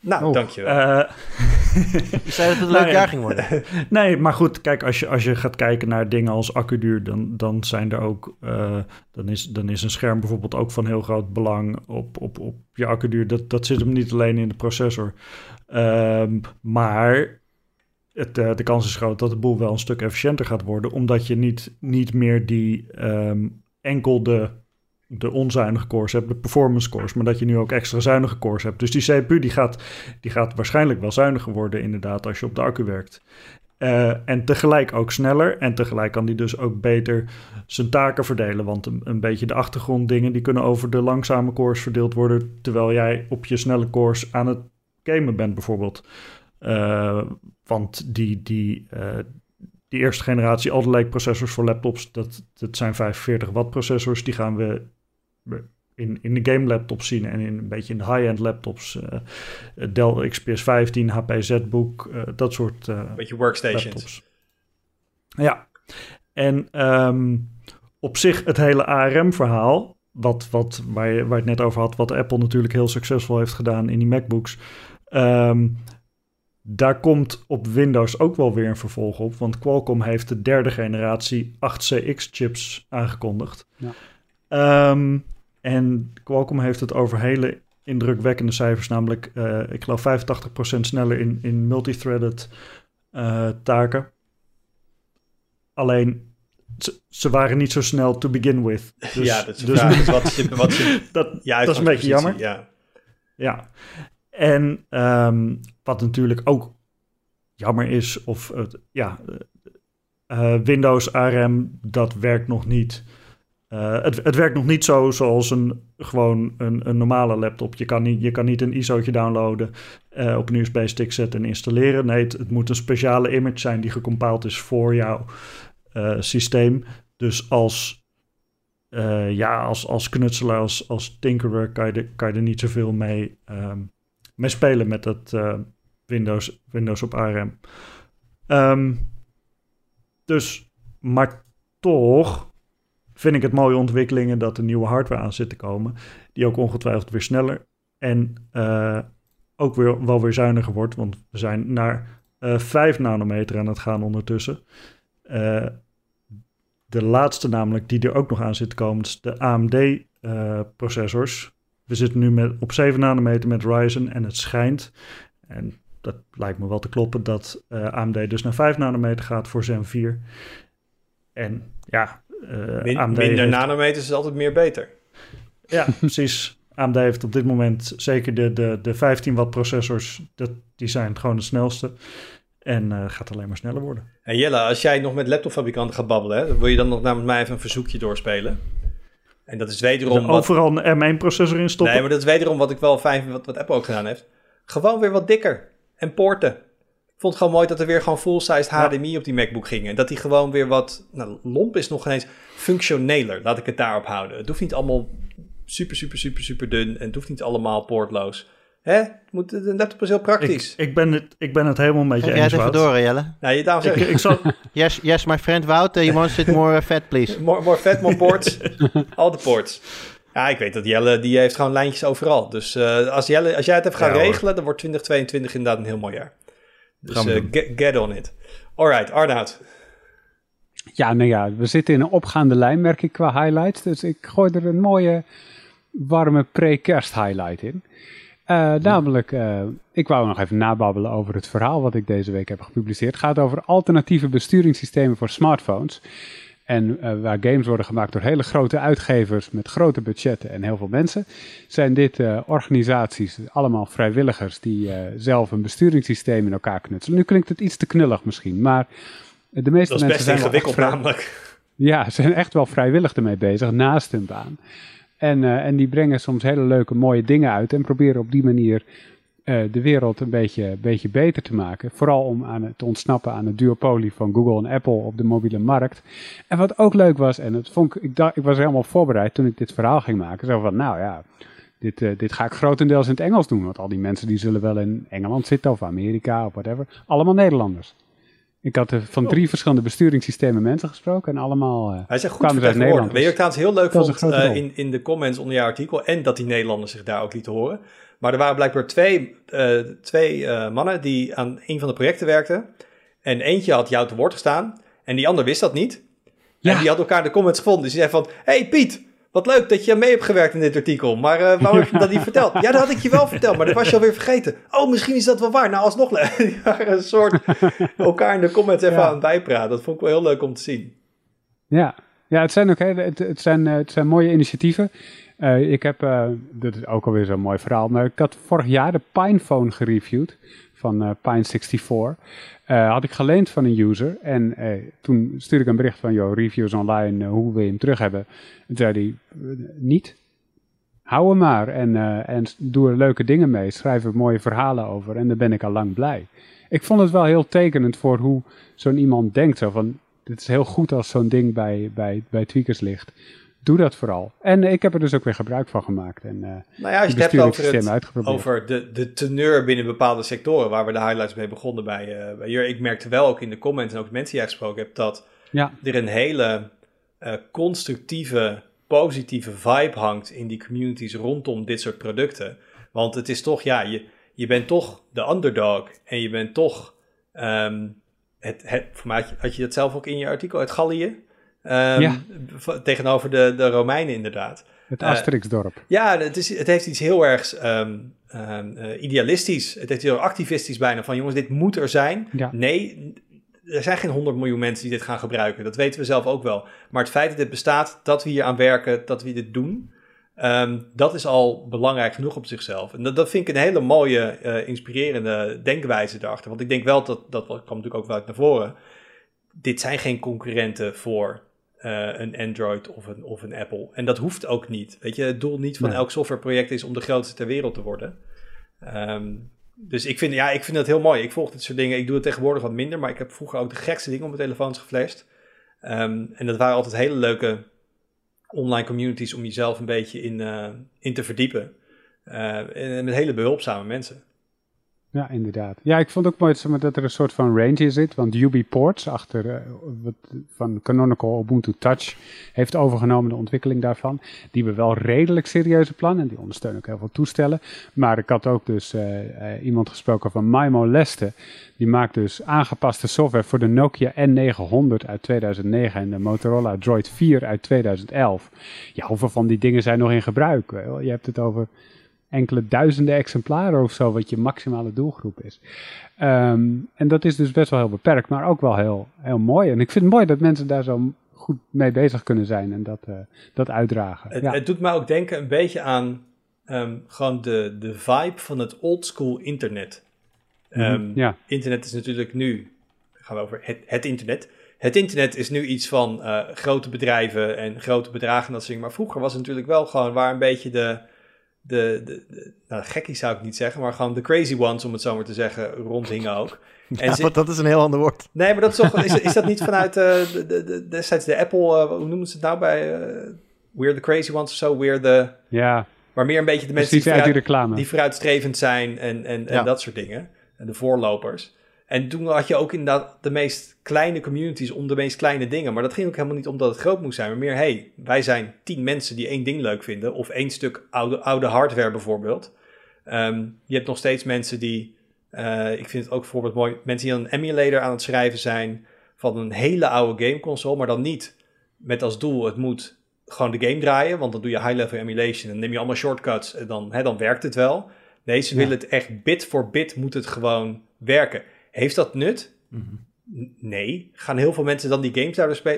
Nou, Oh. dankjewel. Uh, Je zei dat het een leuk Nee. jaar ging worden. nee, maar goed, kijk, als je, als je gaat kijken naar dingen als accuduur, dan, dan zijn er ook, uh, dan, is, dan is een scherm bijvoorbeeld ook van heel groot belang op, op, op je accuduur. Dat, dat zit hem niet alleen in de processor. Um, maar het, uh, de kans is groot dat de boel wel een stuk efficiënter gaat worden, omdat je niet, niet meer die um, enkel de, de onzuinige cores hebt, de performance cores, maar dat je nu ook extra zuinige cores hebt. Dus die C P U die gaat, die gaat waarschijnlijk wel zuiniger worden inderdaad als je op de accu werkt. Uh, en tegelijk ook sneller en tegelijk kan die dus ook beter zijn taken verdelen, want een, een beetje de achtergronddingen die kunnen over de langzame cores verdeeld worden, terwijl jij op je snelle cores aan het gamen bent bijvoorbeeld. Uh, want die, die, uh, die eerste generatie Alder Lake processors voor laptops, dat, dat zijn vijfenveertig watt processors, die gaan we in, in de game laptops zien en in een beetje in de high-end laptops. Uh, Dell X P S vijftien, H P ZBook, uh, dat soort uh, Een beetje workstations. laptops. Ja, en um, op zich het hele A R M-verhaal, wat, wat, waar, je, waar je het net over had, wat Apple natuurlijk heel succesvol heeft gedaan in die MacBooks, um, daar komt op Windows ook wel weer een vervolg op, want Qualcomm heeft de derde generatie acht C X-chips aangekondigd. Ja. Um, en Qualcomm heeft het over hele indrukwekkende cijfers, namelijk uh, ik geloof vijfentachtig procent sneller in, in multithreaded uh, taken. Alleen, ze, ze waren niet zo snel to begin with. Dus, ja, dat is, dus, dus wat je, wat je, dat, ja, dat is een beetje jammer. Ja. Ja, en um, wat natuurlijk ook jammer is, of uh, ja, uh, Windows A R M, dat werkt nog niet. Uh, het, het werkt nog niet zo zoals een, gewoon een, een normale laptop. Je kan niet, je kan niet een I S O'tje downloaden, uh, op een U S B-stick zetten en installeren. Nee, het, het moet een speciale image zijn die gecompiled is voor jouw uh, systeem. Dus als, uh, ja, als, als knutselaar, als, als tinkerer kan je, de, kan je er niet zoveel mee, um, mee spelen met dat uh, Windows, Windows op A R M. Um, dus, maar toch vind ik het mooie ontwikkelingen dat er nieuwe hardware aan zit te komen, die ook ongetwijfeld weer sneller en uh, ook weer, wel weer zuiniger wordt, want we zijn naar uh, vijf nanometer aan het gaan ondertussen. Uh, de laatste namelijk die er ook nog aan zit te komen, is de A M D-processors. Uh, we zitten nu met, op zeven nanometer met Ryzen en het schijnt, en dat lijkt me wel te kloppen, dat uh, A M D dus naar vijf nanometer gaat voor Zen vier. En ja, Uh, Min, A M D minder heeft, nanometers is altijd meer beter. Ja, precies. A M D heeft op dit moment zeker de, de, de vijftien watt processors, dat, die zijn gewoon de snelste. En uh, gaat alleen maar sneller worden. En Jelle, als jij nog met laptopfabrikanten gaat babbelen, hè, dan wil je dan nog namens mij even een verzoekje doorspelen. En dat is wederom... Er overal wat... een M één processor in stoppen? Nee, maar dat is wederom wat ik wel fijn vind, wat, wat Apple ook gedaan heeft. Gewoon weer wat dikker. En poorten. Ik vond het gewoon mooi dat er weer gewoon full-sized H D M I ja. op die MacBook ging. En dat die gewoon weer wat... Nou, lomp is nog ineens functioneler. Laat ik het daarop houden. Het hoeft niet allemaal super, super, super, super dun. En het hoeft niet allemaal poortloos. Hè? Het moet, een laptop is heel praktisch. Ik, ik, ben, het, ik ben het helemaal met je Geef eens, jij het even door, Jelle? Nou, je, daarom zeg ik, ik zal... yes, yes, my friend Wout, uh, you want to sit more uh, fat, please? More, more fat, more ports. All the ports. Ja, ik weet dat Jelle, die heeft gewoon lijntjes overal. Dus uh, als, Jelle, als jij het even gaat ja, regelen, hoor. Dan wordt twintig tweeëntwintig inderdaad een heel mooi jaar. Dus uh, get, get on it. Alright, Arnoud. Ja, nou ja, we zitten in een opgaande lijn, merk ik, qua highlights. Dus ik gooi er een mooie, warme pre-kerst highlight in. Uh, namelijk, uh, ik wou nog even nababbelen over het verhaal wat ik deze week heb gepubliceerd. Het gaat over alternatieve besturingssystemen voor smartphones. En uh, waar games worden gemaakt door hele grote uitgevers met grote budgetten en heel veel mensen, zijn dit uh, organisaties, allemaal vrijwilligers die uh, zelf een besturingssysteem in elkaar knutselen. Nu klinkt het iets te knullig misschien, maar de meeste dat is mensen best zijn ingewikkeld vrij... namelijk. Ja, ze zijn echt wel vrijwillig ermee bezig, naast hun baan. En, uh, en die brengen soms hele leuke, mooie dingen uit en proberen op die manier uh, de wereld een beetje, beetje beter te maken. Vooral om aan het, te ontsnappen aan het duopolie van Google en Apple op de mobiele markt. En wat ook leuk was, en het vond ik, ik, dacht, ik was helemaal voorbereid toen ik dit verhaal ging maken. Zo van, nou ja, dit, uh, dit ga ik grotendeels in het Engels doen. Want al die mensen die zullen wel in Engeland zitten of Amerika of whatever. Allemaal Nederlanders. Ik had uh, van drie oh. verschillende besturingssystemen mensen gesproken en allemaal uh, Hij is goed vertegenwoordigd. Weet je, ik trouwens heel leuk dat vond uh, in, in de comments onder jouw artikel en dat die Nederlanders zich daar ook lieten horen, Maar er waren blijkbaar twee, uh, twee uh, mannen die aan een van de projecten werkten. En eentje had jou te woord gestaan en die ander wist dat niet. Ja. En die had elkaar in de comments gevonden. Dus die zei van, hey Piet, wat leuk dat je mee hebt gewerkt in dit artikel. Maar uh, waarom heb je dat niet verteld? Ja, dat had ik je wel verteld, maar dat was je alweer vergeten. Oh, misschien is dat wel waar. Nou, alsnog leuk. Die waren een soort elkaar in de comments even ja. aan het bijpraten. Dat vond ik wel heel leuk om te zien. Ja, ja het, zijn ook, hè, het, het, zijn, het zijn mooie initiatieven. Uh, ik heb, uh, dit is ook alweer zo'n mooi verhaal, maar ik had vorig jaar de Pinephone gereviewd van uh, Pine zesenzestig. Uh, had ik geleend van een user en uh, toen stuurde ik een bericht van, joh, reviews online, uh, hoe wil je hem terug hebben? En toen zei hij, uh, niet. Hou hem maar en, uh, en doe er leuke dingen mee, schrijf er mooie verhalen over en dan ben ik al lang blij. Ik vond het wel heel tekenend voor hoe zo'n iemand denkt, zo van, het is heel goed als zo'n ding bij, bij, bij Tweakers ligt. Doe dat vooral. En ik heb er dus ook weer gebruik van gemaakt. En, uh, nou ja, als je het hebt over, het, over de, de teneur binnen bepaalde sectoren, waar we de highlights mee begonnen bij, uh, bij Jur. Ik merkte wel ook in de comments en ook de mensen die jij gesproken hebt, dat ja. er een hele uh, constructieve, positieve vibe hangt in die communities rondom dit soort producten. Want het is toch, ja, je, je bent toch de underdog en je bent toch, um, het, het, voor mij had je dat zelf ook in je artikel, uit Gallië. Um, ja. Tegenover de, de Romeinen inderdaad. Het Asterixdorp. Uh, ja, het, is, het heeft iets heel erg um, um, uh, idealistisch. Het heeft heel activistisch bijna. Van jongens, dit moet er zijn. Ja. Nee, er zijn geen honderd miljoen mensen die dit gaan gebruiken. Dat weten we zelf ook wel. Maar het feit dat dit bestaat, dat we hier aan werken, dat we dit doen, um, dat is al belangrijk genoeg op zichzelf. En dat, dat vind ik een hele mooie, uh, inspirerende denkwijze daarachter. Want ik denk wel dat, dat kwam natuurlijk ook wel uit naar voren. Dit zijn geen concurrenten voor Uh, een Android of een, of een Apple. En dat hoeft ook niet. Weet je, het doel niet van nee. elk softwareproject is om de grootste ter wereld te worden. Um, dus ik vind, ja, ik vind dat heel mooi. Ik volg dit soort dingen. Ik doe het tegenwoordig wat minder, maar ik heb vroeger ook de gekste dingen op mijn telefoons geflasht. Um, en dat waren altijd hele leuke online communities om jezelf een beetje in, uh, in te verdiepen. Uh, en met hele behulpzame mensen. Ja, inderdaad. Ja, ik vond ook mooi dat er een soort van range in zit. Want U B Ports, achter uh, wat van Canonical Ubuntu Touch, heeft overgenomen de ontwikkeling daarvan. Die hebben wel redelijk serieuze plannen. En die ondersteunen ook heel veel toestellen. Maar ik had ook dus uh, uh, iemand gesproken van Maimo Leste. Die maakt dus aangepaste software voor de Nokia N negenhonderd uit tweeduizend negen en de Motorola Droid vier uit tweeduizend elf. Ja, hoeveel van die dingen zijn nog in gebruik? Je hebt het over enkele duizenden exemplaren of zo, wat je maximale doelgroep is. Um, en dat is dus best wel heel beperkt, maar ook wel heel, heel mooi. En ik vind het mooi dat mensen daar zo goed mee bezig kunnen zijn en dat, uh, dat uitdragen. Het, ja. het doet mij ook denken een beetje aan um, gewoon de, de vibe van het oldschool internet. Um, mm-hmm, ja. Internet is natuurlijk nu, gaan we over het, het internet. Het internet is nu iets van uh, grote bedrijven en grote bedragen en dat soort dingen. Maar vroeger was het natuurlijk wel gewoon waar een beetje de De, de, de, nou, gekkie zou ik niet zeggen, maar gewoon de crazy ones, om het zo maar te zeggen, rondhingen ook. En ja, zit... dat is een heel ander woord. Nee, maar dat is, toch, is, is dat niet vanuit uh, de, de, de, destijds de Apple, uh, hoe noemen ze het nou bij uh, We're the crazy ones of zo, We're the... Ja. Maar meer een beetje de mensen die, vooruit, die, die vooruitstrevend zijn en, en, en ja. dat soort dingen. En de voorlopers. En toen had je ook inderdaad de meest kleine communities om de meest kleine dingen. Maar dat ging ook helemaal niet omdat het groot moest zijn. Maar meer, hey, wij zijn tien mensen die één ding leuk vinden. Of één stuk oude, oude hardware bijvoorbeeld. Um, je hebt nog steeds mensen die, uh, ik vind het ook bijvoorbeeld mooi, mensen die aan een emulator aan het schrijven zijn van een hele oude gameconsole. Maar dan niet met als doel, het moet gewoon de game draaien. Want dan doe je high-level emulation en dan neem je allemaal shortcuts en dan, hè, dan werkt het wel. Nee, ze ja. willen het echt bit voor bit moet het gewoon werken. Heeft dat nut? Mm-hmm. Nee. Gaan heel veel mensen dan die games daardoor spelen?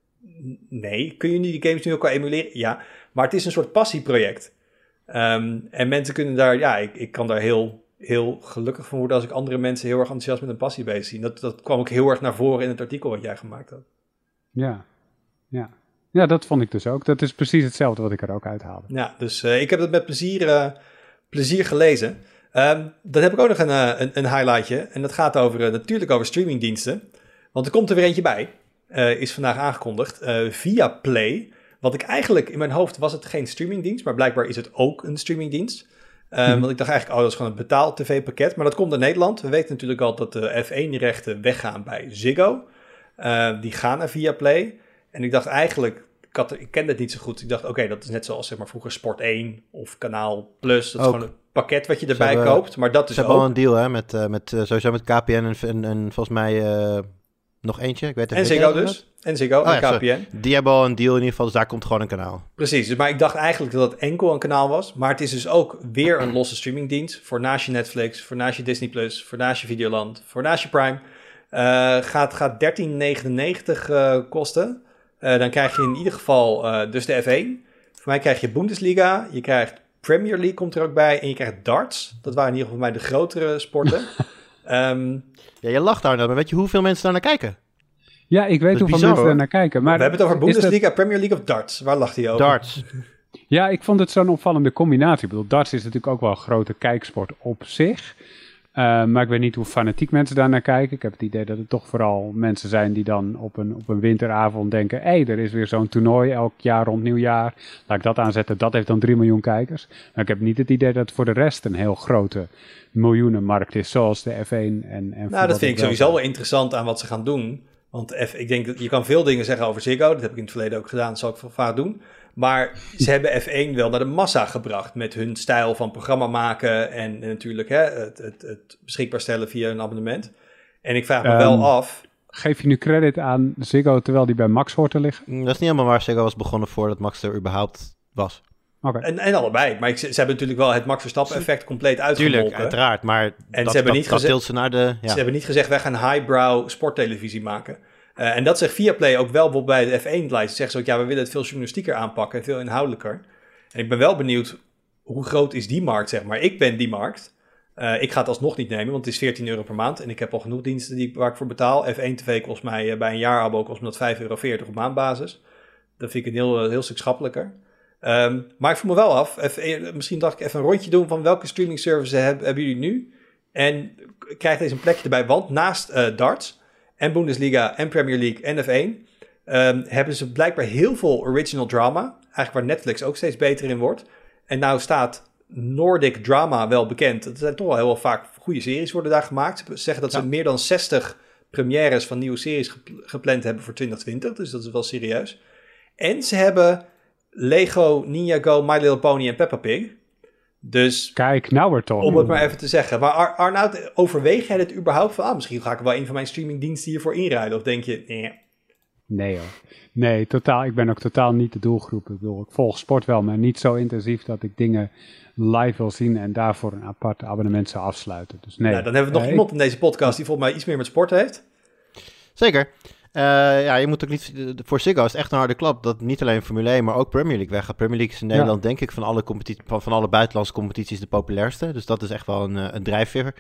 Nee. Kun je die games nu ook wel emuleren? Ja. Maar het is een soort passieproject. Um, en mensen kunnen daar... Ja, ik, ik kan daar heel, heel gelukkig van worden als ik andere mensen heel erg enthousiast met een passie bezig zie. Dat, dat kwam ook heel erg naar voren in het artikel wat jij gemaakt had. Ja. Ja. Ja, dat vond ik dus ook. Dat is precies hetzelfde wat ik er ook uithaalde. Ja, dus uh, ik heb het met plezier, uh, plezier gelezen. Um, dan heb ik ook nog een, uh, een, een highlightje. En dat gaat over, uh, natuurlijk over streamingdiensten. Want er komt er weer eentje bij. Uh, is vandaag aangekondigd. Uh, Viaplay. Want ik eigenlijk, in mijn hoofd was het geen streamingdienst. Maar blijkbaar is het ook een streamingdienst. Um, hmm. Want ik dacht eigenlijk, oh, dat is gewoon een betaald tv-pakket. Maar dat komt naar Nederland. We weten natuurlijk al dat de F één-rechten weggaan bij Ziggo. Uh, die gaan naar Viaplay. En ik dacht eigenlijk, had, ik kende het niet zo goed. Ik dacht, oké, okay, dat is net zoals zeg maar, vroeger Sport één of Kanaal Plus. Dat is ook. gewoon een pakket wat je erbij hebben, koopt. Maar dat is ze ook... hebben al een deal hè, met, uh, met uh, sowieso met K P N en, en, en volgens mij uh, nog eentje. Ik weet en Ziggo dus. En Ziggo oh, en ja, K P N. Sorry. Die hebben al een deal in ieder geval, dus daar komt gewoon een kanaal. Precies, dus, maar ik dacht eigenlijk dat het enkel een kanaal was. Maar het is dus ook weer een losse streamingdienst. Voor naast je Netflix, voor naast je Disney Plus, voor naast je Videoland, voor naast je Prime. Uh, gaat, gaat dertien negenennegentig uh, kosten. Uh, dan krijg je in ieder geval uh, dus de F één. Voor mij krijg je Bundesliga, je krijgt Premier League komt er ook bij en je krijgt darts. Dat waren in ieder geval voor mij de grotere sporten. um, ja, je lacht daar, maar weet je hoeveel mensen daar naar kijken? Ja, ik weet hoeveel bizar, mensen daar naar kijken. Maar we hebben het over Bundesliga, dat... Premier League of darts? Waar lacht hij over? Darts. Ja, ik vond het zo'n opvallende combinatie. Ik bedoel, darts is natuurlijk ook wel een grote kijksport op zich. Uh, maar ik weet niet hoe fanatiek mensen daar naar kijken. Ik heb het idee dat het toch vooral mensen zijn die dan op een, op een winteravond denken... hé, hey, er is weer zo'n toernooi elk jaar rond nieuwjaar. Laat ik dat aanzetten. Dat heeft dan drie miljoen kijkers. Maar ik heb niet het idee dat het voor de rest een heel grote miljoenenmarkt is. Zoals de F één en... en nou, dat vind ik sowieso wel interessant aan wat ze gaan doen. Want F, ik denk dat je kan veel dingen zeggen over Ziggo. Dat heb ik in het verleden ook gedaan. Dat zal ik vaak doen. Maar ze hebben F één wel naar de massa gebracht met hun stijl van programma maken en, en natuurlijk hè, het, het, het beschikbaar stellen via een abonnement. En ik vraag me um, wel af... Geef je nu credit aan Ziggo terwijl die bij Max hoort te liggen? Dat is niet helemaal waar. Ziggo was begonnen voordat Max er überhaupt was. Okay. En, en allebei. Maar ik, ze hebben natuurlijk wel het Max Verstappen effect compleet uitgemolken. Tuurlijk, uiteraard. Maar en dat, ze hebben dat, niet dat gezegd, ze naar de... Ja. Ze hebben niet gezegd, wij gaan highbrow sporttelevisie maken. Uh, en dat zegt Viaplay ook wel bijvoorbeeld bij de F één-lijst. Zeggen ze ook, ja, we willen het veel journalistieker aanpakken en veel inhoudelijker. En ik ben wel benieuwd, hoe groot is die markt, zeg maar. Ik ben die markt. Uh, ik ga het alsnog niet nemen, want het is veertien euro per maand. En ik heb al genoeg diensten die, waar ik voor betaal. F één T V kost mij uh, bij een jaarabo kost me dat vijf euro veertig op maandbasis. Dat vind ik een heel, heel stuk schappelijker. Um, maar ik voel me wel af. Even, misschien dacht ik even een rondje doen van welke streaming services heb, hebben jullie nu? En krijg deze een plekje erbij, want naast uh, darts... en Bundesliga en Premier League en F één... Um, hebben ze blijkbaar heel veel original drama. Eigenlijk waar Netflix ook steeds beter in wordt. En nou staat Nordic Drama wel bekend. Het zijn toch wel heel vaak goede series worden daar gemaakt. Ze zeggen dat ze ja. meer dan zestig premières van nieuwe series gepl- gepland hebben voor twintig twintig. Dus dat is wel serieus. En ze hebben Lego, Ninjago, My Little Pony en Peppa Pig. Dus... Kijk, nou weer toch. Om het maar even te zeggen. Maar Ar- Arnoud, overweeg jij dit überhaupt van... Ah, misschien ga ik wel een van mijn streamingdiensten hiervoor inruilen. Of denk je... Nee, nee hoor. Nee, totaal. Ik ben ook totaal niet de doelgroep. Ik bedoel, ik volg sport wel, maar niet zo intensief dat ik dingen live wil zien en daarvoor een apart abonnement zou afsluiten. Dus nee. Nou, dan hebben we nog uh, iemand ik... in deze podcast die volgens mij iets meer met sport heeft. Zeker. Uh, ja, je moet ook niet... Voor Ziggo is het echt een harde klap dat niet alleen Formule één, maar ook Premier League weggaat. Premier League is in Nederland, ja. denk ik, van alle, competi- van, van alle buitenlandse competities de populairste. Dus dat is echt wel een, een drijfveer.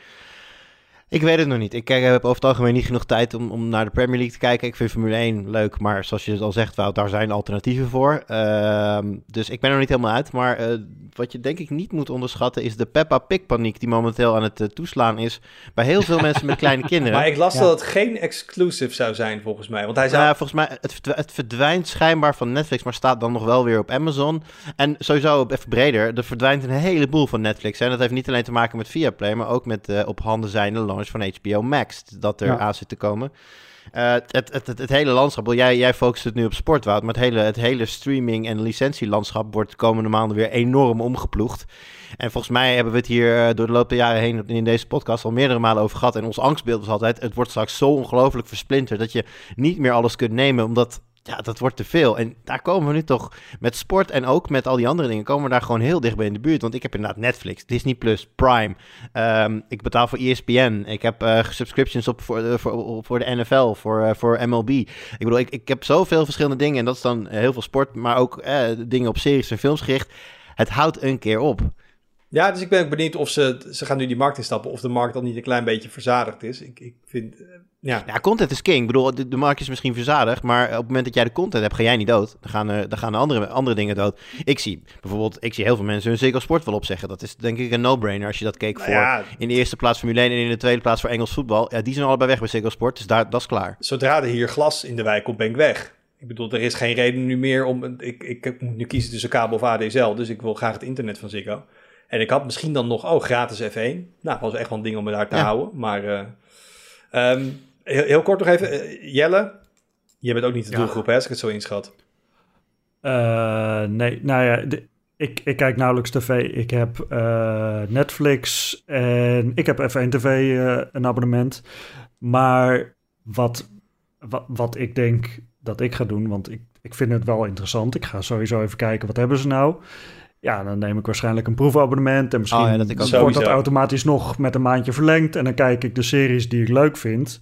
Ik weet het nog niet. Ik kijk, heb over het algemeen niet genoeg tijd om, om naar de Premier League te kijken. Ik vind Formule één leuk, maar zoals je het al zegt, Wout, daar zijn alternatieven voor. Uh, dus ik ben er nog niet helemaal uit. Maar uh, wat je denk ik niet moet onderschatten is de Peppa Pig paniek die momenteel aan het uh, toeslaan is bij heel veel mensen met kleine kinderen. Maar ik las ja. dat het geen exclusive zou zijn volgens mij. Want hij zou... Uh, volgens mij, het, het verdwijnt schijnbaar van Netflix, maar staat dan nog wel weer op Amazon. En sowieso even breder, er verdwijnt een heleboel van Netflix. En dat heeft niet alleen te maken met Viaplay, maar ook met uh, op handen zijnde launch van H B O Max, dat er ja. aan zit te komen. Uh, het, het, het, het hele landschap, jij, jij focust het nu op sport, Wout, maar het hele, het hele streaming- en licentielandschap wordt de komende maanden weer enorm omgeploegd. En volgens mij hebben we het hier uh, door de loop der jaren heen in deze podcast al meerdere malen over gehad. En ons angstbeeld was altijd, het wordt straks zo ongelooflijk versplinterd dat je niet meer alles kunt nemen, omdat... Ja, dat wordt te veel. En daar komen we nu toch met sport en ook met al die andere dingen... komen we daar gewoon heel dichtbij in de buurt. Want ik heb inderdaad Netflix, Disney Plus, Prime. Um, ik betaal voor E S P N. Ik heb uh, subscriptions op voor, de, voor, voor de N F L, voor, uh, voor M L B. Ik bedoel, ik, ik heb zoveel verschillende dingen. En dat is dan heel veel sport, maar ook uh, dingen op series en films gericht. Het houdt een keer op. Ja, dus ik ben ook benieuwd of ze... Ze gaan nu die markt instappen, of de markt dan niet een klein beetje verzadigd is. Ik, ik vind... Uh, ja. ja, content is king. Ik bedoel, de, de markt is misschien verzadigd, maar op het moment dat jij de content hebt, ga jij niet dood. Dan gaan, er, dan gaan er andere, andere dingen dood. Ik zie bijvoorbeeld, ik zie heel veel mensen hun Ziggo Sport wel opzeggen. Dat is denk ik een no-brainer als je dat keek nou voor ja, in de eerste plaats Formule één en in de tweede plaats voor Engels voetbal. Ja, die zijn allebei weg bij Ziggo Sport, dus daar, dat is klaar. Zodra er hier glas in de wijk komt, ben ik weg. Ik bedoel, er is geen reden nu meer om... Ik, ik moet nu kiezen tussen kabel of A D S L, dus ik wil graag het internet van Ziggo. En ik had misschien dan nog, oh, gratis F één. Nou, dat was echt wel een ding om me daar te ja. houden. Maar uh, um, heel, heel kort nog even. Uh, Jelle, je bent ook niet de doelgroep, ja. hè, als ik het zo inschat. Uh, nee, nou ja, de, ik, ik kijk nauwelijks tv. Ik heb uh, Netflix en ik heb F één T V uh, een abonnement. Maar wat, wat, wat ik denk dat ik ga doen, want ik, ik vind het wel interessant. Ik ga sowieso even kijken, wat hebben ze nou? Ja, dan neem ik waarschijnlijk een proefabonnement. En misschien oh ja, dat ik ook wordt dat automatisch nog met een maandje verlengd. En dan kijk ik de series die ik leuk vind.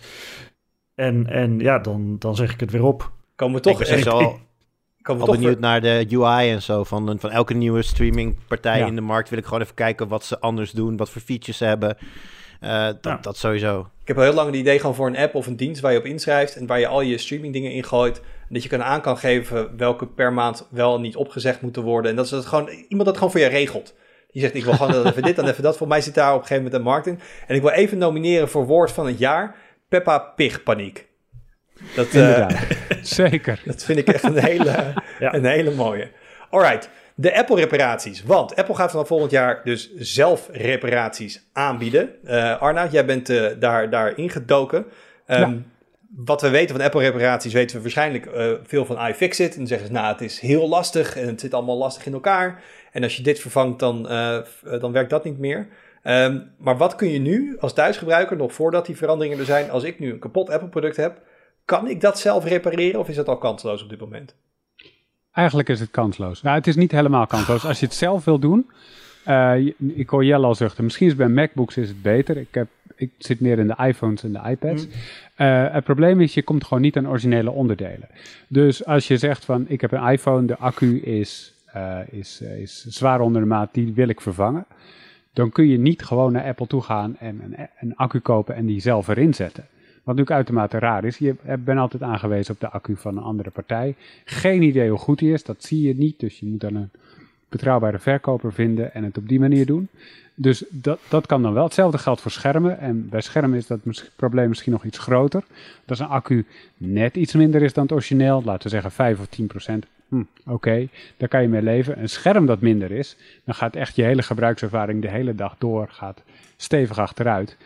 En, en ja, dan, dan zeg ik het weer op. Komen we toch ik ben al, ik, al benieuwd ver... naar de U I en zo. Van, van elke nieuwe streamingpartij ja. in de markt wil ik gewoon even kijken wat ze anders doen. Wat voor features ze hebben. Uh, dat, ja. dat sowieso. Ik heb al heel lang het idee gewoon voor een app of een dienst waar je op inschrijft en waar je al je streaming dingen ingooit. En dat je kan aan kan geven welke per maand wel en niet opgezegd moeten worden. En dat is dat gewoon iemand dat gewoon voor je regelt. Die zegt, ik wil gewoon even dit en even dat. Voor mij zit daar op een gegeven moment een markt in. En ik wil even nomineren voor woord van het jaar. Peppa Pig Paniek. Dat, uh, Zeker. Dat vind ik echt een hele, ja. een hele mooie. Alright. De Apple-reparaties. Want Apple gaat vanaf volgend jaar dus zelf reparaties aanbieden. Uh, Arnoud, jij bent uh, daar, daar ingedoken. Um, ja. Wat we weten van Apple-reparaties weten we waarschijnlijk uh, veel van iFixit. En dan zeggen ze, nou, het is heel lastig en het zit allemaal lastig in elkaar. En als je dit vervangt, dan, uh, dan werkt dat niet meer. Um, maar wat kun je nu als thuisgebruiker, nog voordat die veranderingen er zijn, als ik nu een kapot Apple-product heb, kan ik dat zelf repareren of is dat al kansloos op dit moment? Eigenlijk is het kansloos. Nou, het is niet helemaal kansloos. Als je het zelf wil doen, uh, ik hoor Jelle al zuchten, misschien is bij MacBooks is het beter. Ik, heb, ik zit meer in de iPhones en de iPads. Mm. Uh, het probleem is, je komt gewoon niet aan originele onderdelen. Dus als je zegt van, ik heb een iPhone, de accu is, uh, is, uh, is zwaar onder de maat, die wil ik vervangen. Dan kun je niet gewoon naar Apple toe gaan en een, een accu kopen en die zelf erin zetten. Wat natuurlijk uitermate raar is. Je bent altijd aangewezen op de accu van een andere partij. Geen idee hoe goed die is, dat zie je niet. Dus je moet dan een betrouwbare verkoper vinden en het op die manier doen. Dus dat, dat kan dan wel. Hetzelfde geldt voor schermen. En bij schermen is dat mis- probleem misschien nog iets groter. Dat een accu net iets minder is dan het origineel. Laten we zeggen vijf of tien procent. Hm, Oké, okay, daar kan je mee leven. Een scherm dat minder is, dan gaat echt je hele gebruikservaring de hele dag door. Gaat stevig achteruit.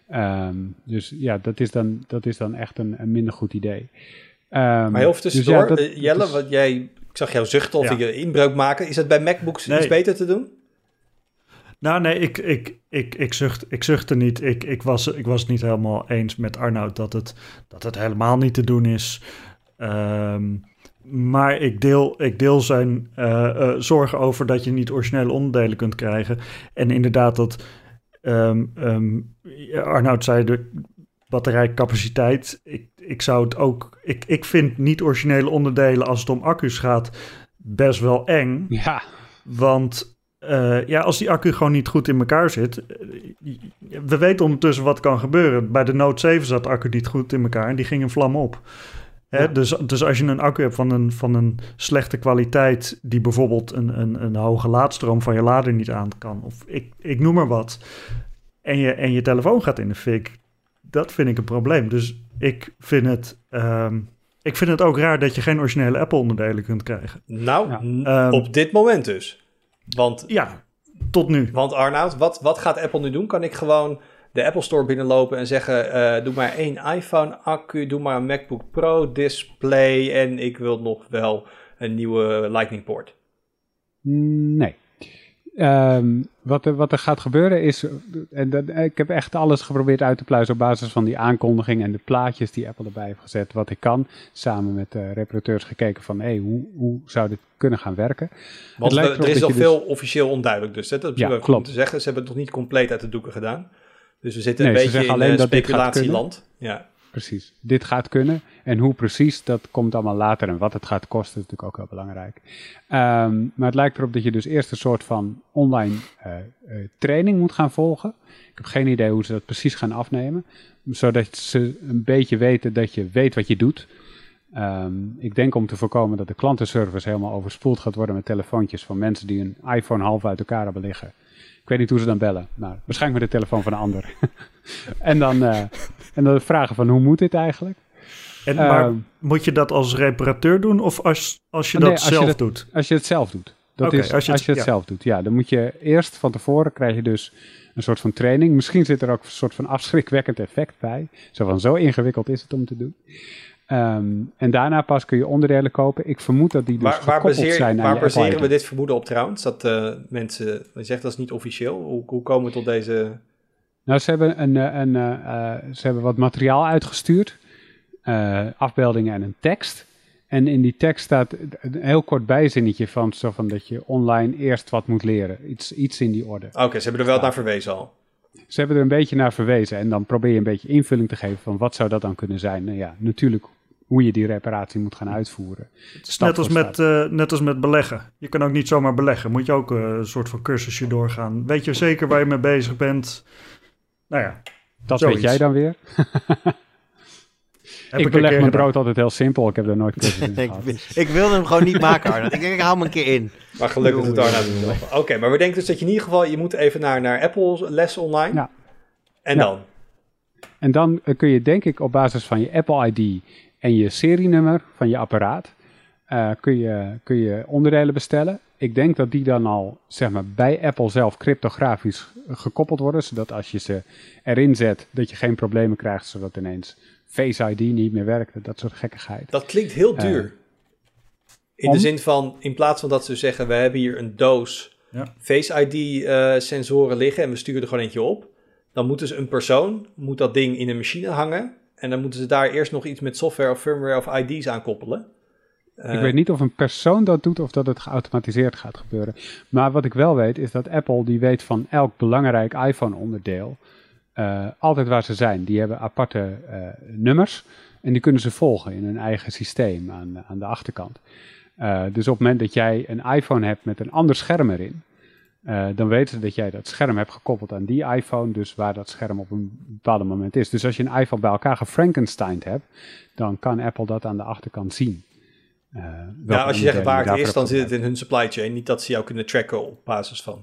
Um, dus ja, dat is dan, dat is dan echt een, een minder goed idee. Um, maar heel even tussendoor, dus ja, dat, Jelle, is... wat jij, ik zag jou zuchten of ja. je inbreuk maken. Is dat bij MacBooks nee. iets beter te doen? Nou nee, ik, ik, ik, ik, zucht, ik zuchtte niet. Ik, ik, was, ik was het niet helemaal eens met Arnoud dat het, dat het helemaal niet te doen is. Um, maar ik deel, ik deel zijn uh, uh, zorgen over dat je niet originele onderdelen kunt krijgen. En inderdaad dat... Um, um, Arnoud zei de batterijcapaciteit. Ik, ik zou het ook... Ik, ik vind niet originele onderdelen als het om accu's gaat best wel eng. Ja. Want uh, ja, als die accu gewoon niet goed in elkaar zit... We weten ondertussen wat kan gebeuren. Bij de Note zeven zat de accu niet goed in elkaar en die ging in vlam op. Hè? Ja. Dus, dus als je een accu hebt van een, van een slechte kwaliteit... die bijvoorbeeld een, een, een hoge laadstroom van je lader niet aan kan... of ik, ik noem maar wat... En je, en je telefoon gaat in de fik... dat vind ik een probleem. Dus ik vind het... Um, ik vind het ook raar dat je geen originele Apple-onderdelen kunt krijgen. Nou, ja. um, op dit moment dus. Want, ja, tot nu. Want Arnoud, wat, wat gaat Apple nu doen? Kan ik gewoon... de Apple Store binnenlopen en zeggen... Uh, doe maar één iPhone-accu, doe maar een MacBook Pro-display... en ik wil nog wel een nieuwe Lightning-poort. Nee. Um, wat, er, wat er gaat gebeuren is... En dat, ik heb echt alles geprobeerd uit te pluizen... op basis van die aankondiging en de plaatjes die Apple erbij heeft gezet... wat ik kan. Samen met uh, reparateurs gekeken van... Hey, hoe, hoe zou dit kunnen gaan werken? Want we, er is al veel dus... officieel onduidelijk. Dus hè? Dat is ja, goed om te zeggen. Ze hebben het nog niet compleet uit de doeken gedaan. Dus we zitten een nee, beetje in uh, speculatieland. Ja. Precies. Dit gaat kunnen. En hoe precies, dat komt allemaal later. En wat het gaat kosten, is natuurlijk ook heel belangrijk. Um, maar het lijkt erop dat je dus eerst een soort van online uh, uh, training moet gaan volgen. Ik heb geen idee hoe ze dat precies gaan afnemen. Zodat ze een beetje weten dat je weet wat je doet. Um, ik denk om te voorkomen dat de klantenservice helemaal overspoeld gaat worden met telefoontjes van mensen die een iPhone half uit elkaar hebben liggen. Ik weet niet hoe ze dan bellen. Nou, waarschijnlijk met de telefoon van een ander. en, dan, uh, en dan vragen van hoe moet dit eigenlijk? En, maar uh, moet je dat als reparateur doen of als, als je nee, dat als zelf je dat, doet? Als je het zelf doet. Dat okay, is als je het, als je het ja. zelf doet. Ja, dan moet je eerst van tevoren krijg je dus een soort van training. Misschien zit er ook een soort van afschrikwekkend effect bij. Zo van zo ingewikkeld is het om te doen. Um, en daarna pas kun je onderdelen kopen. Ik vermoed dat die dus waar, waar gekoppeld baseer, zijn aan waar je baseren Apple we I D. dit vermoeden op trouwens? Dat uh, mensen, je zegt dat is niet officieel. Hoe, hoe komen we tot deze... Nou, ze hebben, een, een, uh, uh, ze hebben wat materiaal uitgestuurd. Uh, afbeeldingen en een tekst. En in die tekst staat een heel kort bijzinnetje van, zo van dat je online eerst wat moet leren. Iets, iets in die orde. Oké, okay, ze hebben er wel naar verwezen al. Ze hebben er een beetje naar verwezen. En dan probeer je een beetje invulling te geven van wat zou dat dan kunnen zijn. Nou ja, natuurlijk hoe je die reparatie moet gaan uitvoeren. Net als, met, uh, net als met beleggen. Je kan ook niet zomaar beleggen. Moet je ook uh, een soort van cursusje doorgaan. Weet je zeker waar je mee bezig bent? Nou ja, dat zoiets. weet jij dan weer. ik, ik beleg mijn brood altijd heel simpel. Ik heb er nooit cursus in ik, gehad. ik wilde hem gewoon niet maken, Arnold. Ik denk, ik hou hem een keer in. Maar gelukkig doet Arnold het nog. Oké, okay, maar we denken dus dat je in ieder geval... Je moet even naar, naar Apple les online. Ja. En ja. dan? En dan uh, kun je denk ik op basis van je Apple I D... en je serienummer van je apparaat... Uh, kun, je, kun je onderdelen bestellen. Ik denk dat die dan al zeg maar, bij Apple zelf cryptografisch gekoppeld worden. Zodat als je ze erin zet, dat je geen problemen krijgt. Zodat ineens Face I D niet meer werkt. Dat soort gekkigheid. Dat klinkt heel duur. Uh, in om? de zin van, in plaats van dat ze zeggen... we hebben hier een doos ja. Face I D uh, sensoren liggen... en we sturen er gewoon eentje op. Dan moeten ze een persoon, moet dat ding in een machine hangen... en dan moeten ze daar eerst nog iets met software of firmware of I D's aan koppelen... Uh, ik weet niet of een persoon dat doet of dat het geautomatiseerd gaat gebeuren. Maar wat ik wel weet is dat Apple die weet van elk belangrijk iPhone-onderdeel uh, altijd waar ze zijn. Die hebben aparte uh, nummers en die kunnen ze volgen in hun eigen systeem aan, aan de achterkant. Uh, dus op het moment dat jij een iPhone hebt met een ander scherm erin, uh, dan weten ze dat jij dat scherm hebt gekoppeld aan die iPhone, dus waar dat scherm op een bepaald moment is. Dus als je een iPhone bij elkaar gefrankensteined hebt, dan kan Apple dat aan de achterkant zien. Uh, ja, als je zegt waar het is, dan zit het in hun supply chain. Niet dat ze jou kunnen tracken op basis van.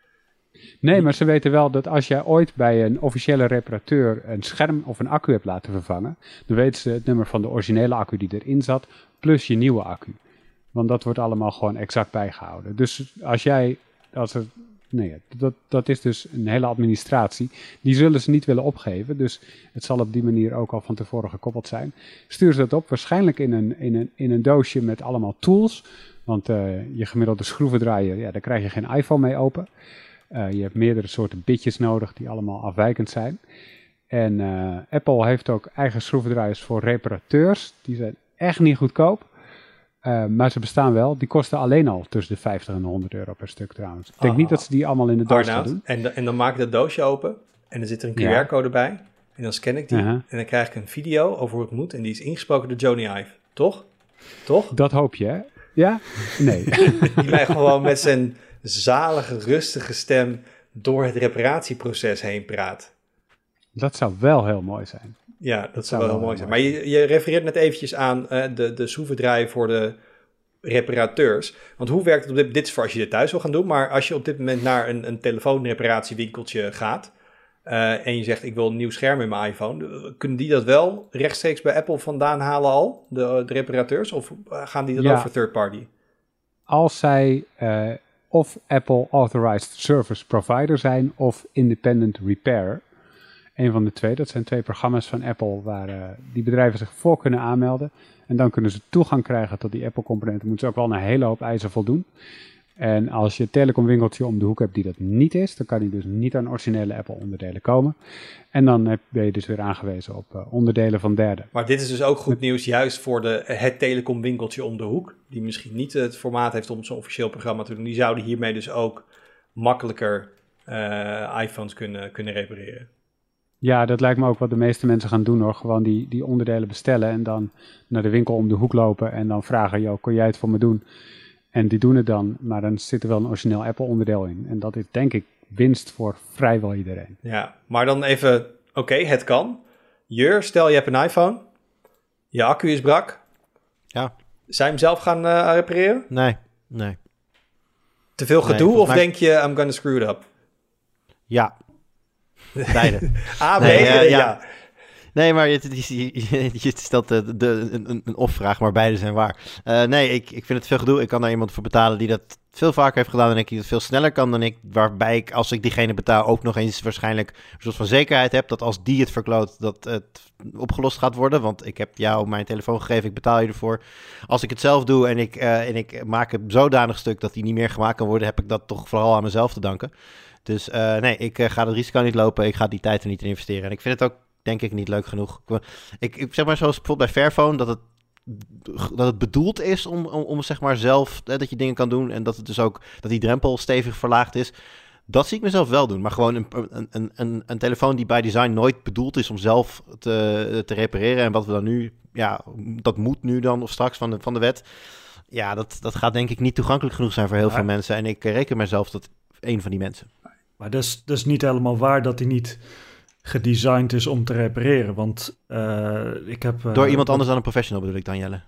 Nee, maar ze weten wel dat als jij ooit bij een officiële reparateur een scherm of een accu hebt laten vervangen, dan weten ze het nummer van de originele accu die erin zat, plus je nieuwe accu. Want dat wordt allemaal gewoon exact bijgehouden. Dus als jij, als er, nee, dat, dat is dus een hele administratie. Die zullen ze niet willen opgeven. Dus het zal op die manier ook al van tevoren gekoppeld zijn. Stuur ze dat op, waarschijnlijk in een, in een, in een doosje met allemaal tools. Want uh, je gemiddelde schroevendraaier, ja, daar krijg je geen iPhone mee open. Uh, je hebt meerdere soorten bitjes nodig die allemaal afwijkend zijn. En uh, Apple heeft ook eigen schroevendraaiers voor reparateurs. Die zijn echt niet goedkoop. Uh, maar ze bestaan wel. Die kosten alleen al tussen de vijftig en honderd euro per stuk trouwens. Ik denk ah, niet dat ze die allemaal in de doos gaan doen. En, de, en dan maak ik dat doosje open. En dan zit er een Q R-code ja. bij. En dan scan ik die. Uh-huh. En dan krijg ik een video over hoe het moet. En die is ingesproken door Jony Ive. Toch? Toch? Dat hoop je, hè? Ja? Nee. Die mij gewoon met zijn zalige, rustige stem door het reparatieproces heen praat. Dat zou wel heel mooi zijn. Ja, dat, dat zou wel heel mooi zijn. Maar je, je refereert net eventjes aan uh, de, de schroevendraaier voor de reparateurs. Want hoe werkt het op dit... Dit is voor als je dit thuis wil gaan doen. Maar als je op dit moment naar een, een telefoonreparatiewinkeltje gaat... Uh, en je zegt, ik wil een nieuw scherm in mijn iPhone. Kunnen die dat wel rechtstreeks bij Apple vandaan halen al? De, de reparateurs? Of gaan die dat ja. over third party? Als zij uh, of Apple Authorized Service Provider zijn... of Independent Repairer... Een van de twee, dat zijn twee programma's van Apple waar uh, die bedrijven zich voor kunnen aanmelden. En dan kunnen ze toegang krijgen tot die Apple-componenten. Moeten ze ook wel een hele hoop eisen voldoen. En als je een telecomwinkeltje om de hoek hebt die dat niet is, dan kan die dus niet aan originele Apple-onderdelen komen. En dan heb, ben je dus weer aangewezen op uh, onderdelen van derden. Maar dit is dus ook goed nieuws juist voor de, het telecomwinkeltje om de hoek. Die misschien niet het formaat heeft om zo'n officieel programma te doen. Die zouden hiermee dus ook makkelijker uh, iPhones kunnen, kunnen repareren. Ja, dat lijkt me ook wat de meeste mensen gaan doen hoor. Gewoon die, die onderdelen bestellen en dan naar de winkel om de hoek lopen en dan vragen, joh, kon jij het voor me doen? En die doen het dan, maar dan zit er wel een origineel Apple onderdeel in. En dat is denk ik winst voor vrijwel iedereen. Ja, maar dan even, oké, okay, het kan. Jur, stel je hebt een iPhone, je accu is brak. Ja. Zou je hem zelf gaan uh, repareren? Nee, nee. Te veel gedoe nee, of mij... denk je, I'm gonna screw it up? Ja. Beide. A, B, nee, uh, ja. ja. Nee, maar je, je, je, je stelt de, de, een, een of-vraag, maar beide zijn waar. Uh, nee, ik, ik vind het veel gedoe. Ik kan daar iemand voor betalen die dat veel vaker heeft gedaan dan ik, die het veel sneller kan dan ik. Waarbij ik, als ik diegene betaal, ook nog eens waarschijnlijk een soort van zekerheid heb dat als die het verkloot, dat het opgelost gaat worden. Want ik heb jou mijn telefoon gegeven, ik betaal je ervoor. Als ik het zelf doe en ik, uh, en ik maak een zodanig stuk dat die niet meer gemaakt kan worden, heb ik dat toch vooral aan mezelf te danken. Dus uh, nee, ik uh, ga het risico niet lopen. Ik ga die tijd er niet in investeren. En ik vind het ook, denk ik, niet leuk genoeg. Ik, ik zeg maar zoals bijvoorbeeld bij Fairphone, dat het, dat het bedoeld is om, om, om zeg maar zelf, hè, dat je dingen kan doen. En dat het dus ook, dat die drempel stevig verlaagd is. Dat zie ik mezelf wel doen. Maar gewoon een, een, een, een, een telefoon die bij design nooit bedoeld is om zelf te, te repareren. En wat we dan nu, ja, dat moet nu dan of straks van de, van de wet. Ja, dat, dat gaat denk ik niet toegankelijk genoeg zijn voor heel ja. veel mensen. En ik reken mezelf tot een van die mensen. Maar dat is, dat is niet helemaal waar dat hij niet gedesigned is om te repareren. Want uh, ik heb... Uh, Door iemand anders dan een professional bedoel ik dan, Jelle?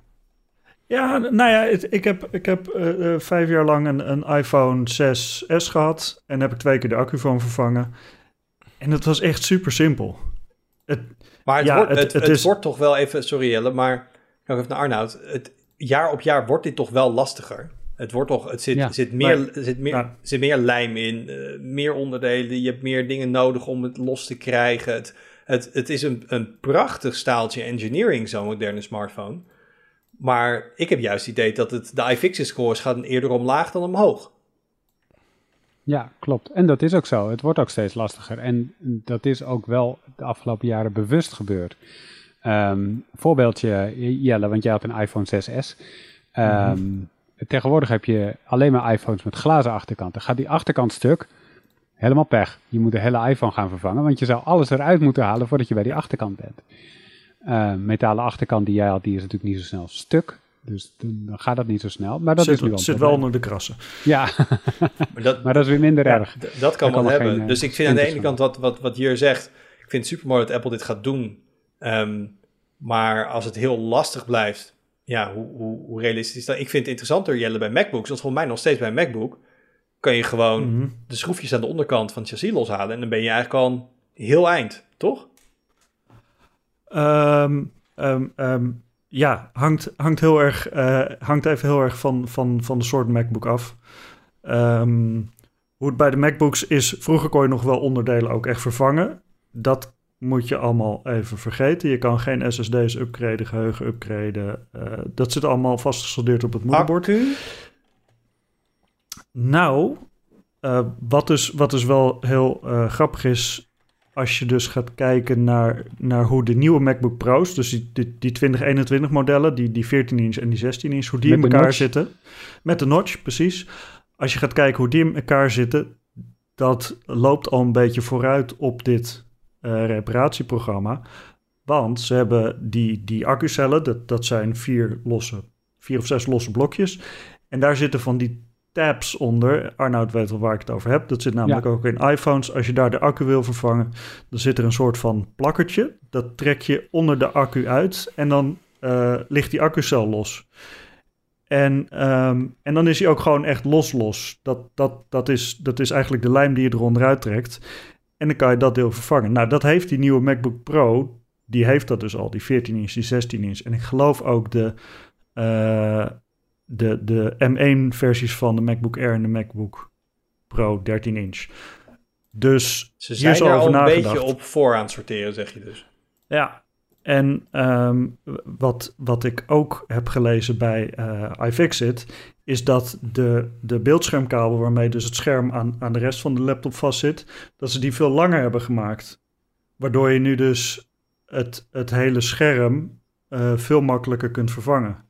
Ja, nou ja, het, ik heb, ik heb uh, uh, vijf jaar lang een, een iPhone zes S gehad. En heb ik twee keer de accu van vervangen. En het was echt super simpel. Het, maar het, ja, wordt, het, het, het, het is... wordt toch wel even... Sorry Jelle, maar nog even naar Arnoud. Het, jaar op jaar wordt dit toch wel lastiger? Het wordt toch, het zit, ja. zit, meer, maar, zit, meer, ja. zit meer lijm in, uh, meer onderdelen. Je hebt meer dingen nodig om het los te krijgen. Het, het, het is een, een prachtig staaltje engineering, zo'n moderne smartphone. Maar ik heb juist het idee dat het, de iFixit scores gaan eerder omlaag dan omhoog. Ja, klopt. En dat is ook zo. Het wordt ook steeds lastiger. En dat is ook wel de afgelopen jaren bewust gebeurd. Um, voorbeeldje, Jelle, want jij had een iPhone zes S. Um, mm-hmm. Tegenwoordig heb je alleen maar iPhones met glazen achterkant. Dan gaat die achterkant stuk, helemaal pech. Je moet de hele iPhone gaan vervangen, want je zou alles eruit moeten halen voordat je bij die achterkant bent. Uh, metalen achterkant die jij had, die is natuurlijk niet zo snel stuk. Dus dan gaat dat niet zo snel. Maar dat zit, is nu wel zit wel onder de krassen. Ja, maar, dat, maar dat is weer minder ja, erg. D- dat kan wel hebben. Geen, dus ik vind aan de ene kant wat, wat, wat Jur zegt, ik vind het super mooi dat Apple dit gaat doen. Um, maar als het heel lastig blijft, ja, hoe, hoe, hoe realistisch is dat? Ik vind het interessanter, Jelle, bij MacBooks. Zoals volgens mij nog steeds bij een MacBook kan je gewoon mm-hmm. de schroefjes aan de onderkant van het chassis loshalen. En dan ben je eigenlijk al een heel eind, toch? Um, um, um, ja, hangt, hangt, heel erg, uh, hangt even heel erg van, van, van de soort MacBook af. Um, hoe het bij de MacBooks is, vroeger kon je nog wel onderdelen ook echt vervangen. Dat moet je allemaal even vergeten. Je kan geen S S D's upgraden, geheugen upgraden. Uh, dat zit allemaal vastgesoldeerd op het moederbord. Accu? Nou, uh, wat, dus, wat dus wel heel uh, grappig is, als je dus gaat kijken naar, naar hoe de nieuwe MacBook Pro's, dus die, die, die twintig eenentwintig modellen, die, die veertien inch en die zestien inch, hoe die met in elkaar zitten. Met de notch, precies. Als je gaat kijken hoe die in elkaar zitten, dat loopt al een beetje vooruit op dit uh, reparatieprogramma. Want ze hebben die, die accucellen, dat, dat zijn vier, losse, vier of zes losse blokjes. En daar zitten van die tabs onder. Arnoud weet wel waar ik het over heb. Dat zit namelijk ja. ook in iPhones. Als je daar de accu wil vervangen, dan zit er een soort van plakkertje. Dat trek je onder de accu uit en dan uh, ligt die accucel los. En, um, en dan is hij ook gewoon echt los-los. Dat, dat, dat, is, dat is eigenlijk de lijm die je er onderuit trekt. En dan kan je dat deel vervangen. Nou, dat heeft die nieuwe MacBook Pro. Die heeft dat dus al, die veertien inch, die zestien inch. En ik geloof ook de... Uh, De, de M één versies van de MacBook Air en de MacBook Pro dertien inch. Dus ze zijn hier er al een nagedacht. beetje op voor aan het sorteren, zeg je dus. Ja, en um, wat, wat ik ook heb gelezen bij uh, iFixit, is dat de, de beeldschermkabel waarmee dus het scherm aan, aan de rest van de laptop vastzit, dat ze die veel langer hebben gemaakt. Waardoor je nu dus het, het hele scherm uh, veel makkelijker kunt vervangen.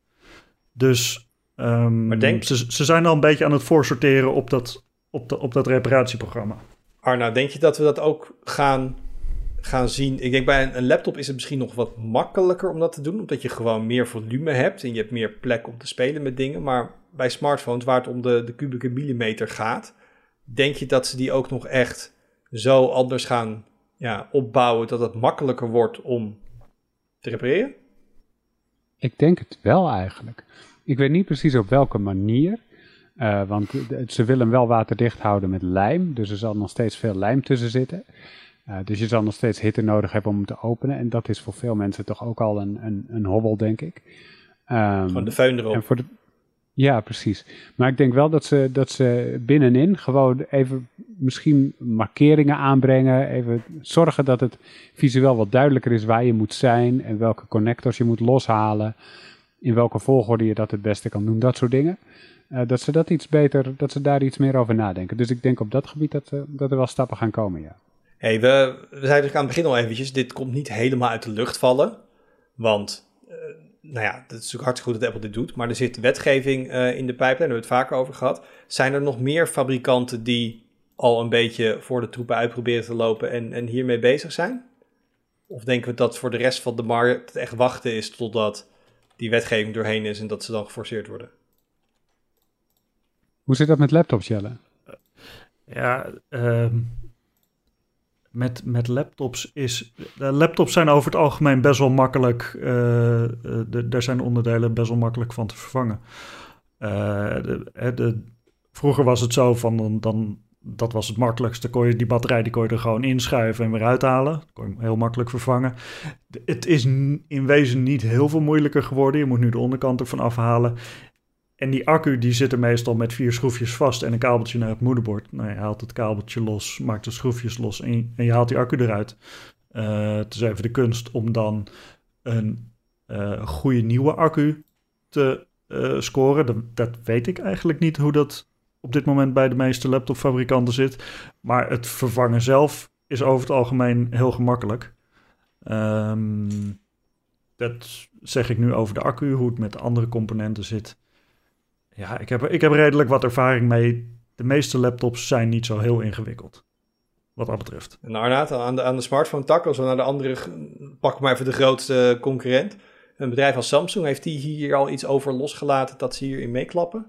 Dus um, maar denk, ze, ze zijn al een beetje aan het voorsorteren op dat, op, de, op dat reparatieprogramma. Arnoud, denk je dat we dat ook gaan, gaan zien? Ik denk bij een, een laptop is het misschien nog wat makkelijker om dat te doen, omdat je gewoon meer volume hebt en je hebt meer plek om te spelen met dingen. Maar bij smartphones, waar het om de, de kubieke millimeter gaat, denk je dat ze die ook nog echt zo anders gaan ja, opbouwen dat het makkelijker wordt om te repareren? Ik denk het wel eigenlijk. Ik weet niet precies op welke manier. Uh, want ze willen hem wel waterdicht houden met lijm. Dus er zal nog steeds veel lijm tussen zitten. Uh, dus je zal nog steeds hitte nodig hebben om hem te openen. En dat is voor veel mensen toch ook al een, een, een hobbel, denk ik. Um, Gewoon de föhn erop. En voor de, ja, precies. Maar ik denk wel dat ze, dat ze binnenin gewoon even misschien markeringen aanbrengen. Even zorgen dat het visueel wat duidelijker is waar je moet zijn. En welke connectors je moet loshalen. In welke volgorde je dat het beste kan doen. Dat soort dingen. Uh, dat ze dat iets beter, dat ze daar iets meer over nadenken. Dus ik denk op dat gebied dat, uh, dat er wel stappen gaan komen, ja. Hey, we, we zeiden aan het begin al eventjes, dit komt niet helemaal uit de lucht vallen. Want, uh, nou ja, het is natuurlijk hartstikke goed dat Apple dit doet. Maar er zit wetgeving uh, in de pijplijn, daar hebben we het vaker over gehad. Zijn er nog meer fabrikanten die al een beetje voor de troepen uitproberen te lopen en, en hiermee bezig zijn? Of denken we dat voor de rest van de markt het echt wachten is totdat die wetgeving doorheen is en dat ze dan geforceerd worden? Hoe zit dat met laptops, Jelle? Ja, um, met, met laptops is... De laptops zijn over het algemeen best wel makkelijk... Uh, de, daar zijn onderdelen best wel makkelijk van te vervangen. Uh, de, de, vroeger was het zo van... Dan, dan, dat was het makkelijkste. Kon je, die batterij die kon je er gewoon inschuiven en weer uithalen. Dat kon je heel makkelijk vervangen. De, het is in wezen niet heel veel moeilijker geworden. Je moet nu de onderkant ervan afhalen. En die accu die zit er meestal met vier schroefjes vast en een kabeltje naar het moederbord. Nou, je haalt het kabeltje los, maakt de schroefjes los en je, en je haalt die accu eruit. Uh, het is even de kunst om dan een uh, goede nieuwe accu te uh, scoren. Dat, dat weet ik eigenlijk niet hoe dat op dit moment bij de meeste laptopfabrikanten zit. Maar het vervangen zelf is over het algemeen heel gemakkelijk. Um, dat zeg ik nu over de accu, hoe het met de andere componenten zit. Ja, ik heb, ik heb redelijk wat ervaring mee. De meeste laptops zijn niet zo heel ingewikkeld, wat dat betreft. En Arnaud, aan de, aan de smartphone tak, als we naar de andere, pak maar even de grootste concurrent. Een bedrijf als Samsung, heeft die hier al iets over losgelaten dat ze hierin meeklappen?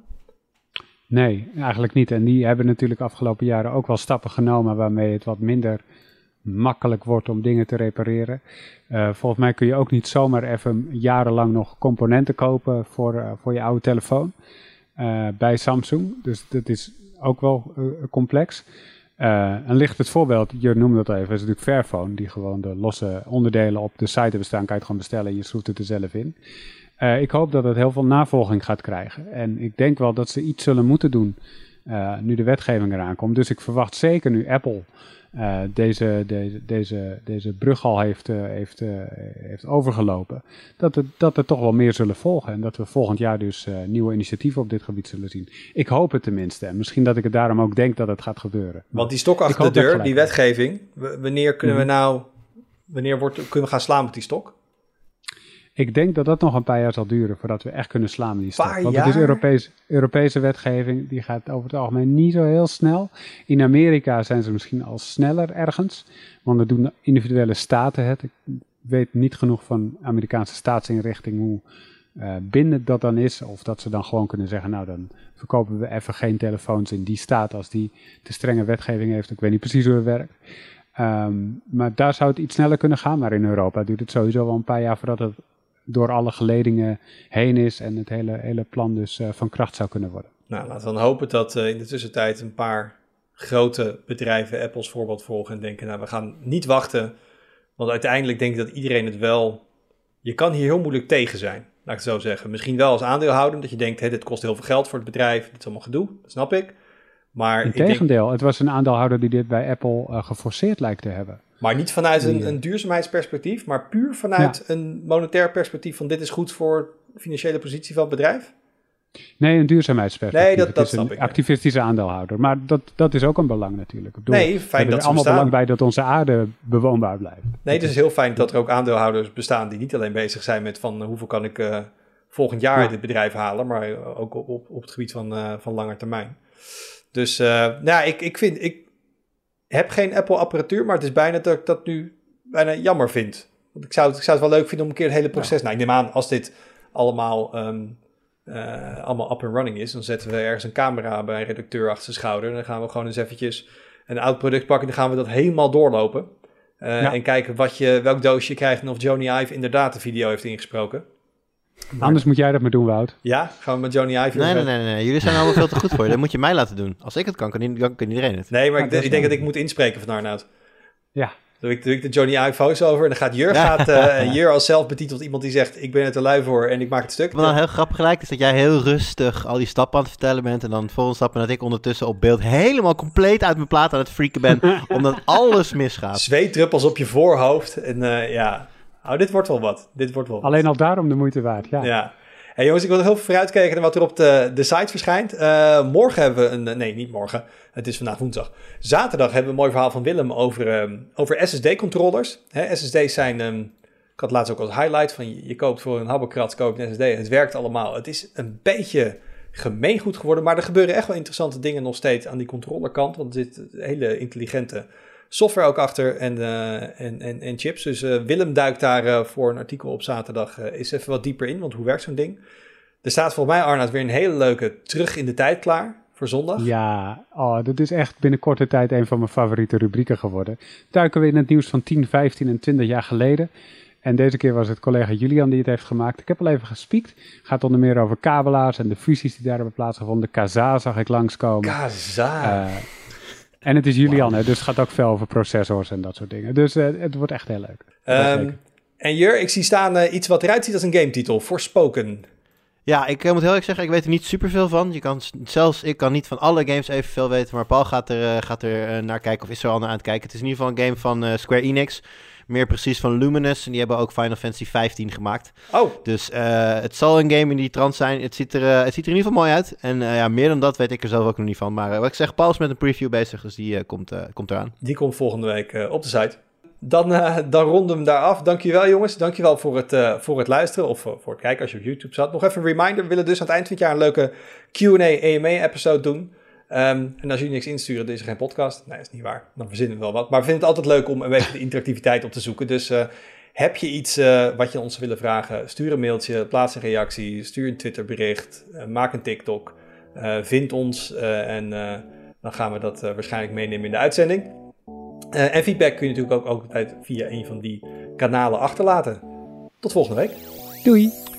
Nee, eigenlijk niet. En die hebben natuurlijk afgelopen jaren ook wel stappen genomen waarmee het wat minder makkelijk wordt om dingen te repareren. Uh, volgens mij kun je ook niet zomaar even jarenlang nog componenten kopen voor, uh, voor je oude telefoon. Uh, bij Samsung. Dus dat is ook wel uh, complex. Uh, een licht voorbeeld, je noemde dat even, is natuurlijk Fairphone, die gewoon de losse onderdelen op de site hebben staan, kan je het gewoon bestellen en je schroeft het er zelf in. Uh, ik hoop dat het heel veel navolging gaat krijgen. En ik denk wel dat ze iets zullen moeten doen, uh, nu de wetgeving eraan komt. Dus ik verwacht zeker nu Apple uh, deze, deze, deze, deze brug al heeft, uh, heeft, uh, heeft overgelopen, dat er, dat er toch wel meer zullen volgen. En dat we volgend jaar dus uh, nieuwe initiatieven op dit gebied zullen zien. Ik hoop het tenminste. En misschien dat ik het daarom ook denk dat het gaat gebeuren. Want die stok achter de deur, die wetgeving, wanneer kunnen we nou, wanneer wordt, kunnen we gaan slaan met die stok? Ik denk dat dat nog een paar jaar zal duren voordat we echt kunnen slaan met die stok. Paar Want jaar? het is Europees, Europese wetgeving, die gaat over het algemeen niet zo heel snel. In Amerika zijn ze misschien al sneller ergens, want dan doen de individuele staten het. Ik weet niet genoeg van Amerikaanse staatsinrichting hoe uh, bindend dat dan is. Of dat ze dan gewoon kunnen zeggen, nou dan verkopen we even geen telefoons in die staat als die te strenge wetgeving heeft. Ik weet niet precies hoe het werkt. Um, maar daar zou het iets sneller kunnen gaan. Maar in Europa duurt het sowieso wel een paar jaar voordat het door alle geledingen heen is en het hele, hele plan dus uh, van kracht zou kunnen worden. Nou, laten we dan hopen dat uh, in de tussentijd een paar grote bedrijven Apples voorbeeld volgen en denken, nou, we gaan niet wachten, want uiteindelijk denk ik dat iedereen het wel, je kan hier heel moeilijk tegen zijn, laat ik het zo zeggen. Misschien wel als aandeelhouder, dat je denkt, hey, dit kost heel veel geld voor het bedrijf, dit is allemaal gedoe, dat snap ik. Maar Integendeel, denk, het was een aandeelhouder die dit bij Apple uh, geforceerd lijkt te hebben. Maar niet vanuit een, een duurzaamheidsperspectief, maar puur vanuit ja. een monetair perspectief van dit is goed voor de financiële positie van het bedrijf? Nee, een duurzaamheidsperspectief. Nee, dat, dat het is snap een ik. activistische ja. aandeelhouder. Maar dat, dat is ook een belang natuurlijk. Door, nee, fijn dat er ze allemaal bestaan. belang bij dat onze aarde bewoonbaar blijft. Nee, het is heel fijn dat er ook aandeelhouders bestaan die niet alleen bezig zijn met van uh, hoeveel kan ik uh, volgend jaar ja. dit bedrijf halen, maar uh, ook op, op, op het gebied van, uh, van lange termijn. Dus uh, nou, ik, ik vind, ik heb geen Apple apparatuur, maar het is bijna dat ik dat nu bijna jammer vind. Want ik zou, het, ik zou het wel leuk vinden om een keer het hele proces... Ja. Nou, ik neem aan, als dit allemaal, um, uh, allemaal up and running is, dan zetten we ergens een camera bij een redacteur achter zijn schouder. En dan gaan we gewoon eens eventjes een oud product pakken. En dan gaan we dat helemaal doorlopen. Uh, ja. En kijken wat je, welk doosje je krijgt en of Jony Ive inderdaad de video heeft ingesproken. Maar... Anders moet jij dat maar doen, Wout. Ja, gaan we met Jony Ive... Nee, nee, nee, nee, jullie zijn allemaal veel te goed voor je. Dat moet je mij laten doen. Als ik het kan, kan, kan iedereen het. Nee, maar ja, ik, ik denk dat ik moet inspreken van Arnoud. Ja, doe ik, doe ik de Johnny Ive voice-over en dan gaat Jur, Ja. gaat, uh, Jur als zelf betiteld iemand die zegt, ik ben er te lui voor en ik maak het stuk. Wat dan heel grappig gelijk is dat jij heel rustig al die stappen aan het vertellen bent. En dan de volgende stap en dat ik ondertussen op beeld helemaal compleet uit mijn plaat aan het freaken ben. Omdat alles misgaat. Zweetdruppels op je voorhoofd. En uh, ja, oh, dit wordt wel wat. Dit wordt wel wat. Alleen al daarom de moeite waard, ja. Ja. Hey jongens, ik wil er heel veel vooruitkijken naar wat er op de, de site verschijnt. Uh, morgen hebben we een... Nee, niet morgen. Het is vandaag woensdag. Zaterdag hebben we een mooi verhaal van Willem over, um, over S S D-controllers. Hè, S S D's zijn... Um, ik had laatst ook als highlight van... Je, je koopt voor een habbekrats, koop je een S S D. Het werkt allemaal. Het is een beetje gemeengoed geworden. Maar er gebeuren echt wel interessante dingen nog steeds aan die controllerkant. Want er zit hele intelligente software ook achter en, uh, en, en, en chips. Dus uh, Willem duikt daar uh, voor een artikel op zaterdag uh, eens even wat dieper in. Want hoe werkt zo'n ding? Er staat volgens mij, Arnoud, weer een hele leuke terug in de tijd klaar voor zondag. Ja, oh, dat is echt binnen korte tijd een van mijn favoriete rubrieken geworden. Duiken we in het nieuws van tien, vijftien en twintig jaar geleden. En deze keer was het collega Julian die het heeft gemaakt. Ik heb al even gespiekt. Het gaat onder meer over kabelaars en de fusies die daar hebben plaatsgevonden. Kazaa zag ik langskomen. Kazaa. Uh, en het is Julian, wow. hè, dus het gaat ook veel over processors en dat soort dingen. Dus uh, het wordt echt heel leuk. Um, en Jur, ik zie staan uh, iets wat eruit ziet als een gametitel. Forspoken. Ja, ik uh, moet heel erg zeggen, ik weet er niet superveel van. Je kan, zelfs ik kan niet van alle games evenveel weten, maar Paul gaat er, uh, gaat er uh, naar kijken of is er al naar aan het kijken. Het is in ieder geval een game van uh, Square Enix. Meer precies van Luminous. En die hebben ook Final Fantasy vijftien gemaakt. Oh. Dus uh, het zal een game in die trant zijn. Het ziet er, uh, het ziet er in ieder geval mooi uit. En uh, ja, meer dan dat weet ik er zelf ook nog niet van. Maar uh, wat ik zeg, Paul is met een preview bezig. Dus die uh, komt, uh, komt eraan. Die komt volgende week uh, op de site. Dan, uh, dan ronden we hem daar af. Dankjewel jongens. Dankjewel voor het, uh, voor het luisteren. Of uh, voor het kijken als je op YouTube zat. Nog even een reminder. We willen dus aan het eind van het jaar een leuke Q en A A M A-episode doen. Um, en als jullie niks insturen, dan is er geen podcast. Nee, dat is niet waar. Dan verzinnen we wel wat. Maar we vinden het altijd leuk om een beetje de interactiviteit op te zoeken. Dus uh, heb je iets uh, wat je ons zou willen vragen? Stuur een mailtje, plaats een reactie, stuur een Twitterbericht, uh, maak een TikTok. Uh, vind ons uh, en uh, dan gaan we dat uh, waarschijnlijk meenemen in de uitzending. Uh, en feedback kun je natuurlijk ook, ook altijd via een van die kanalen achterlaten. Tot volgende week. Doei!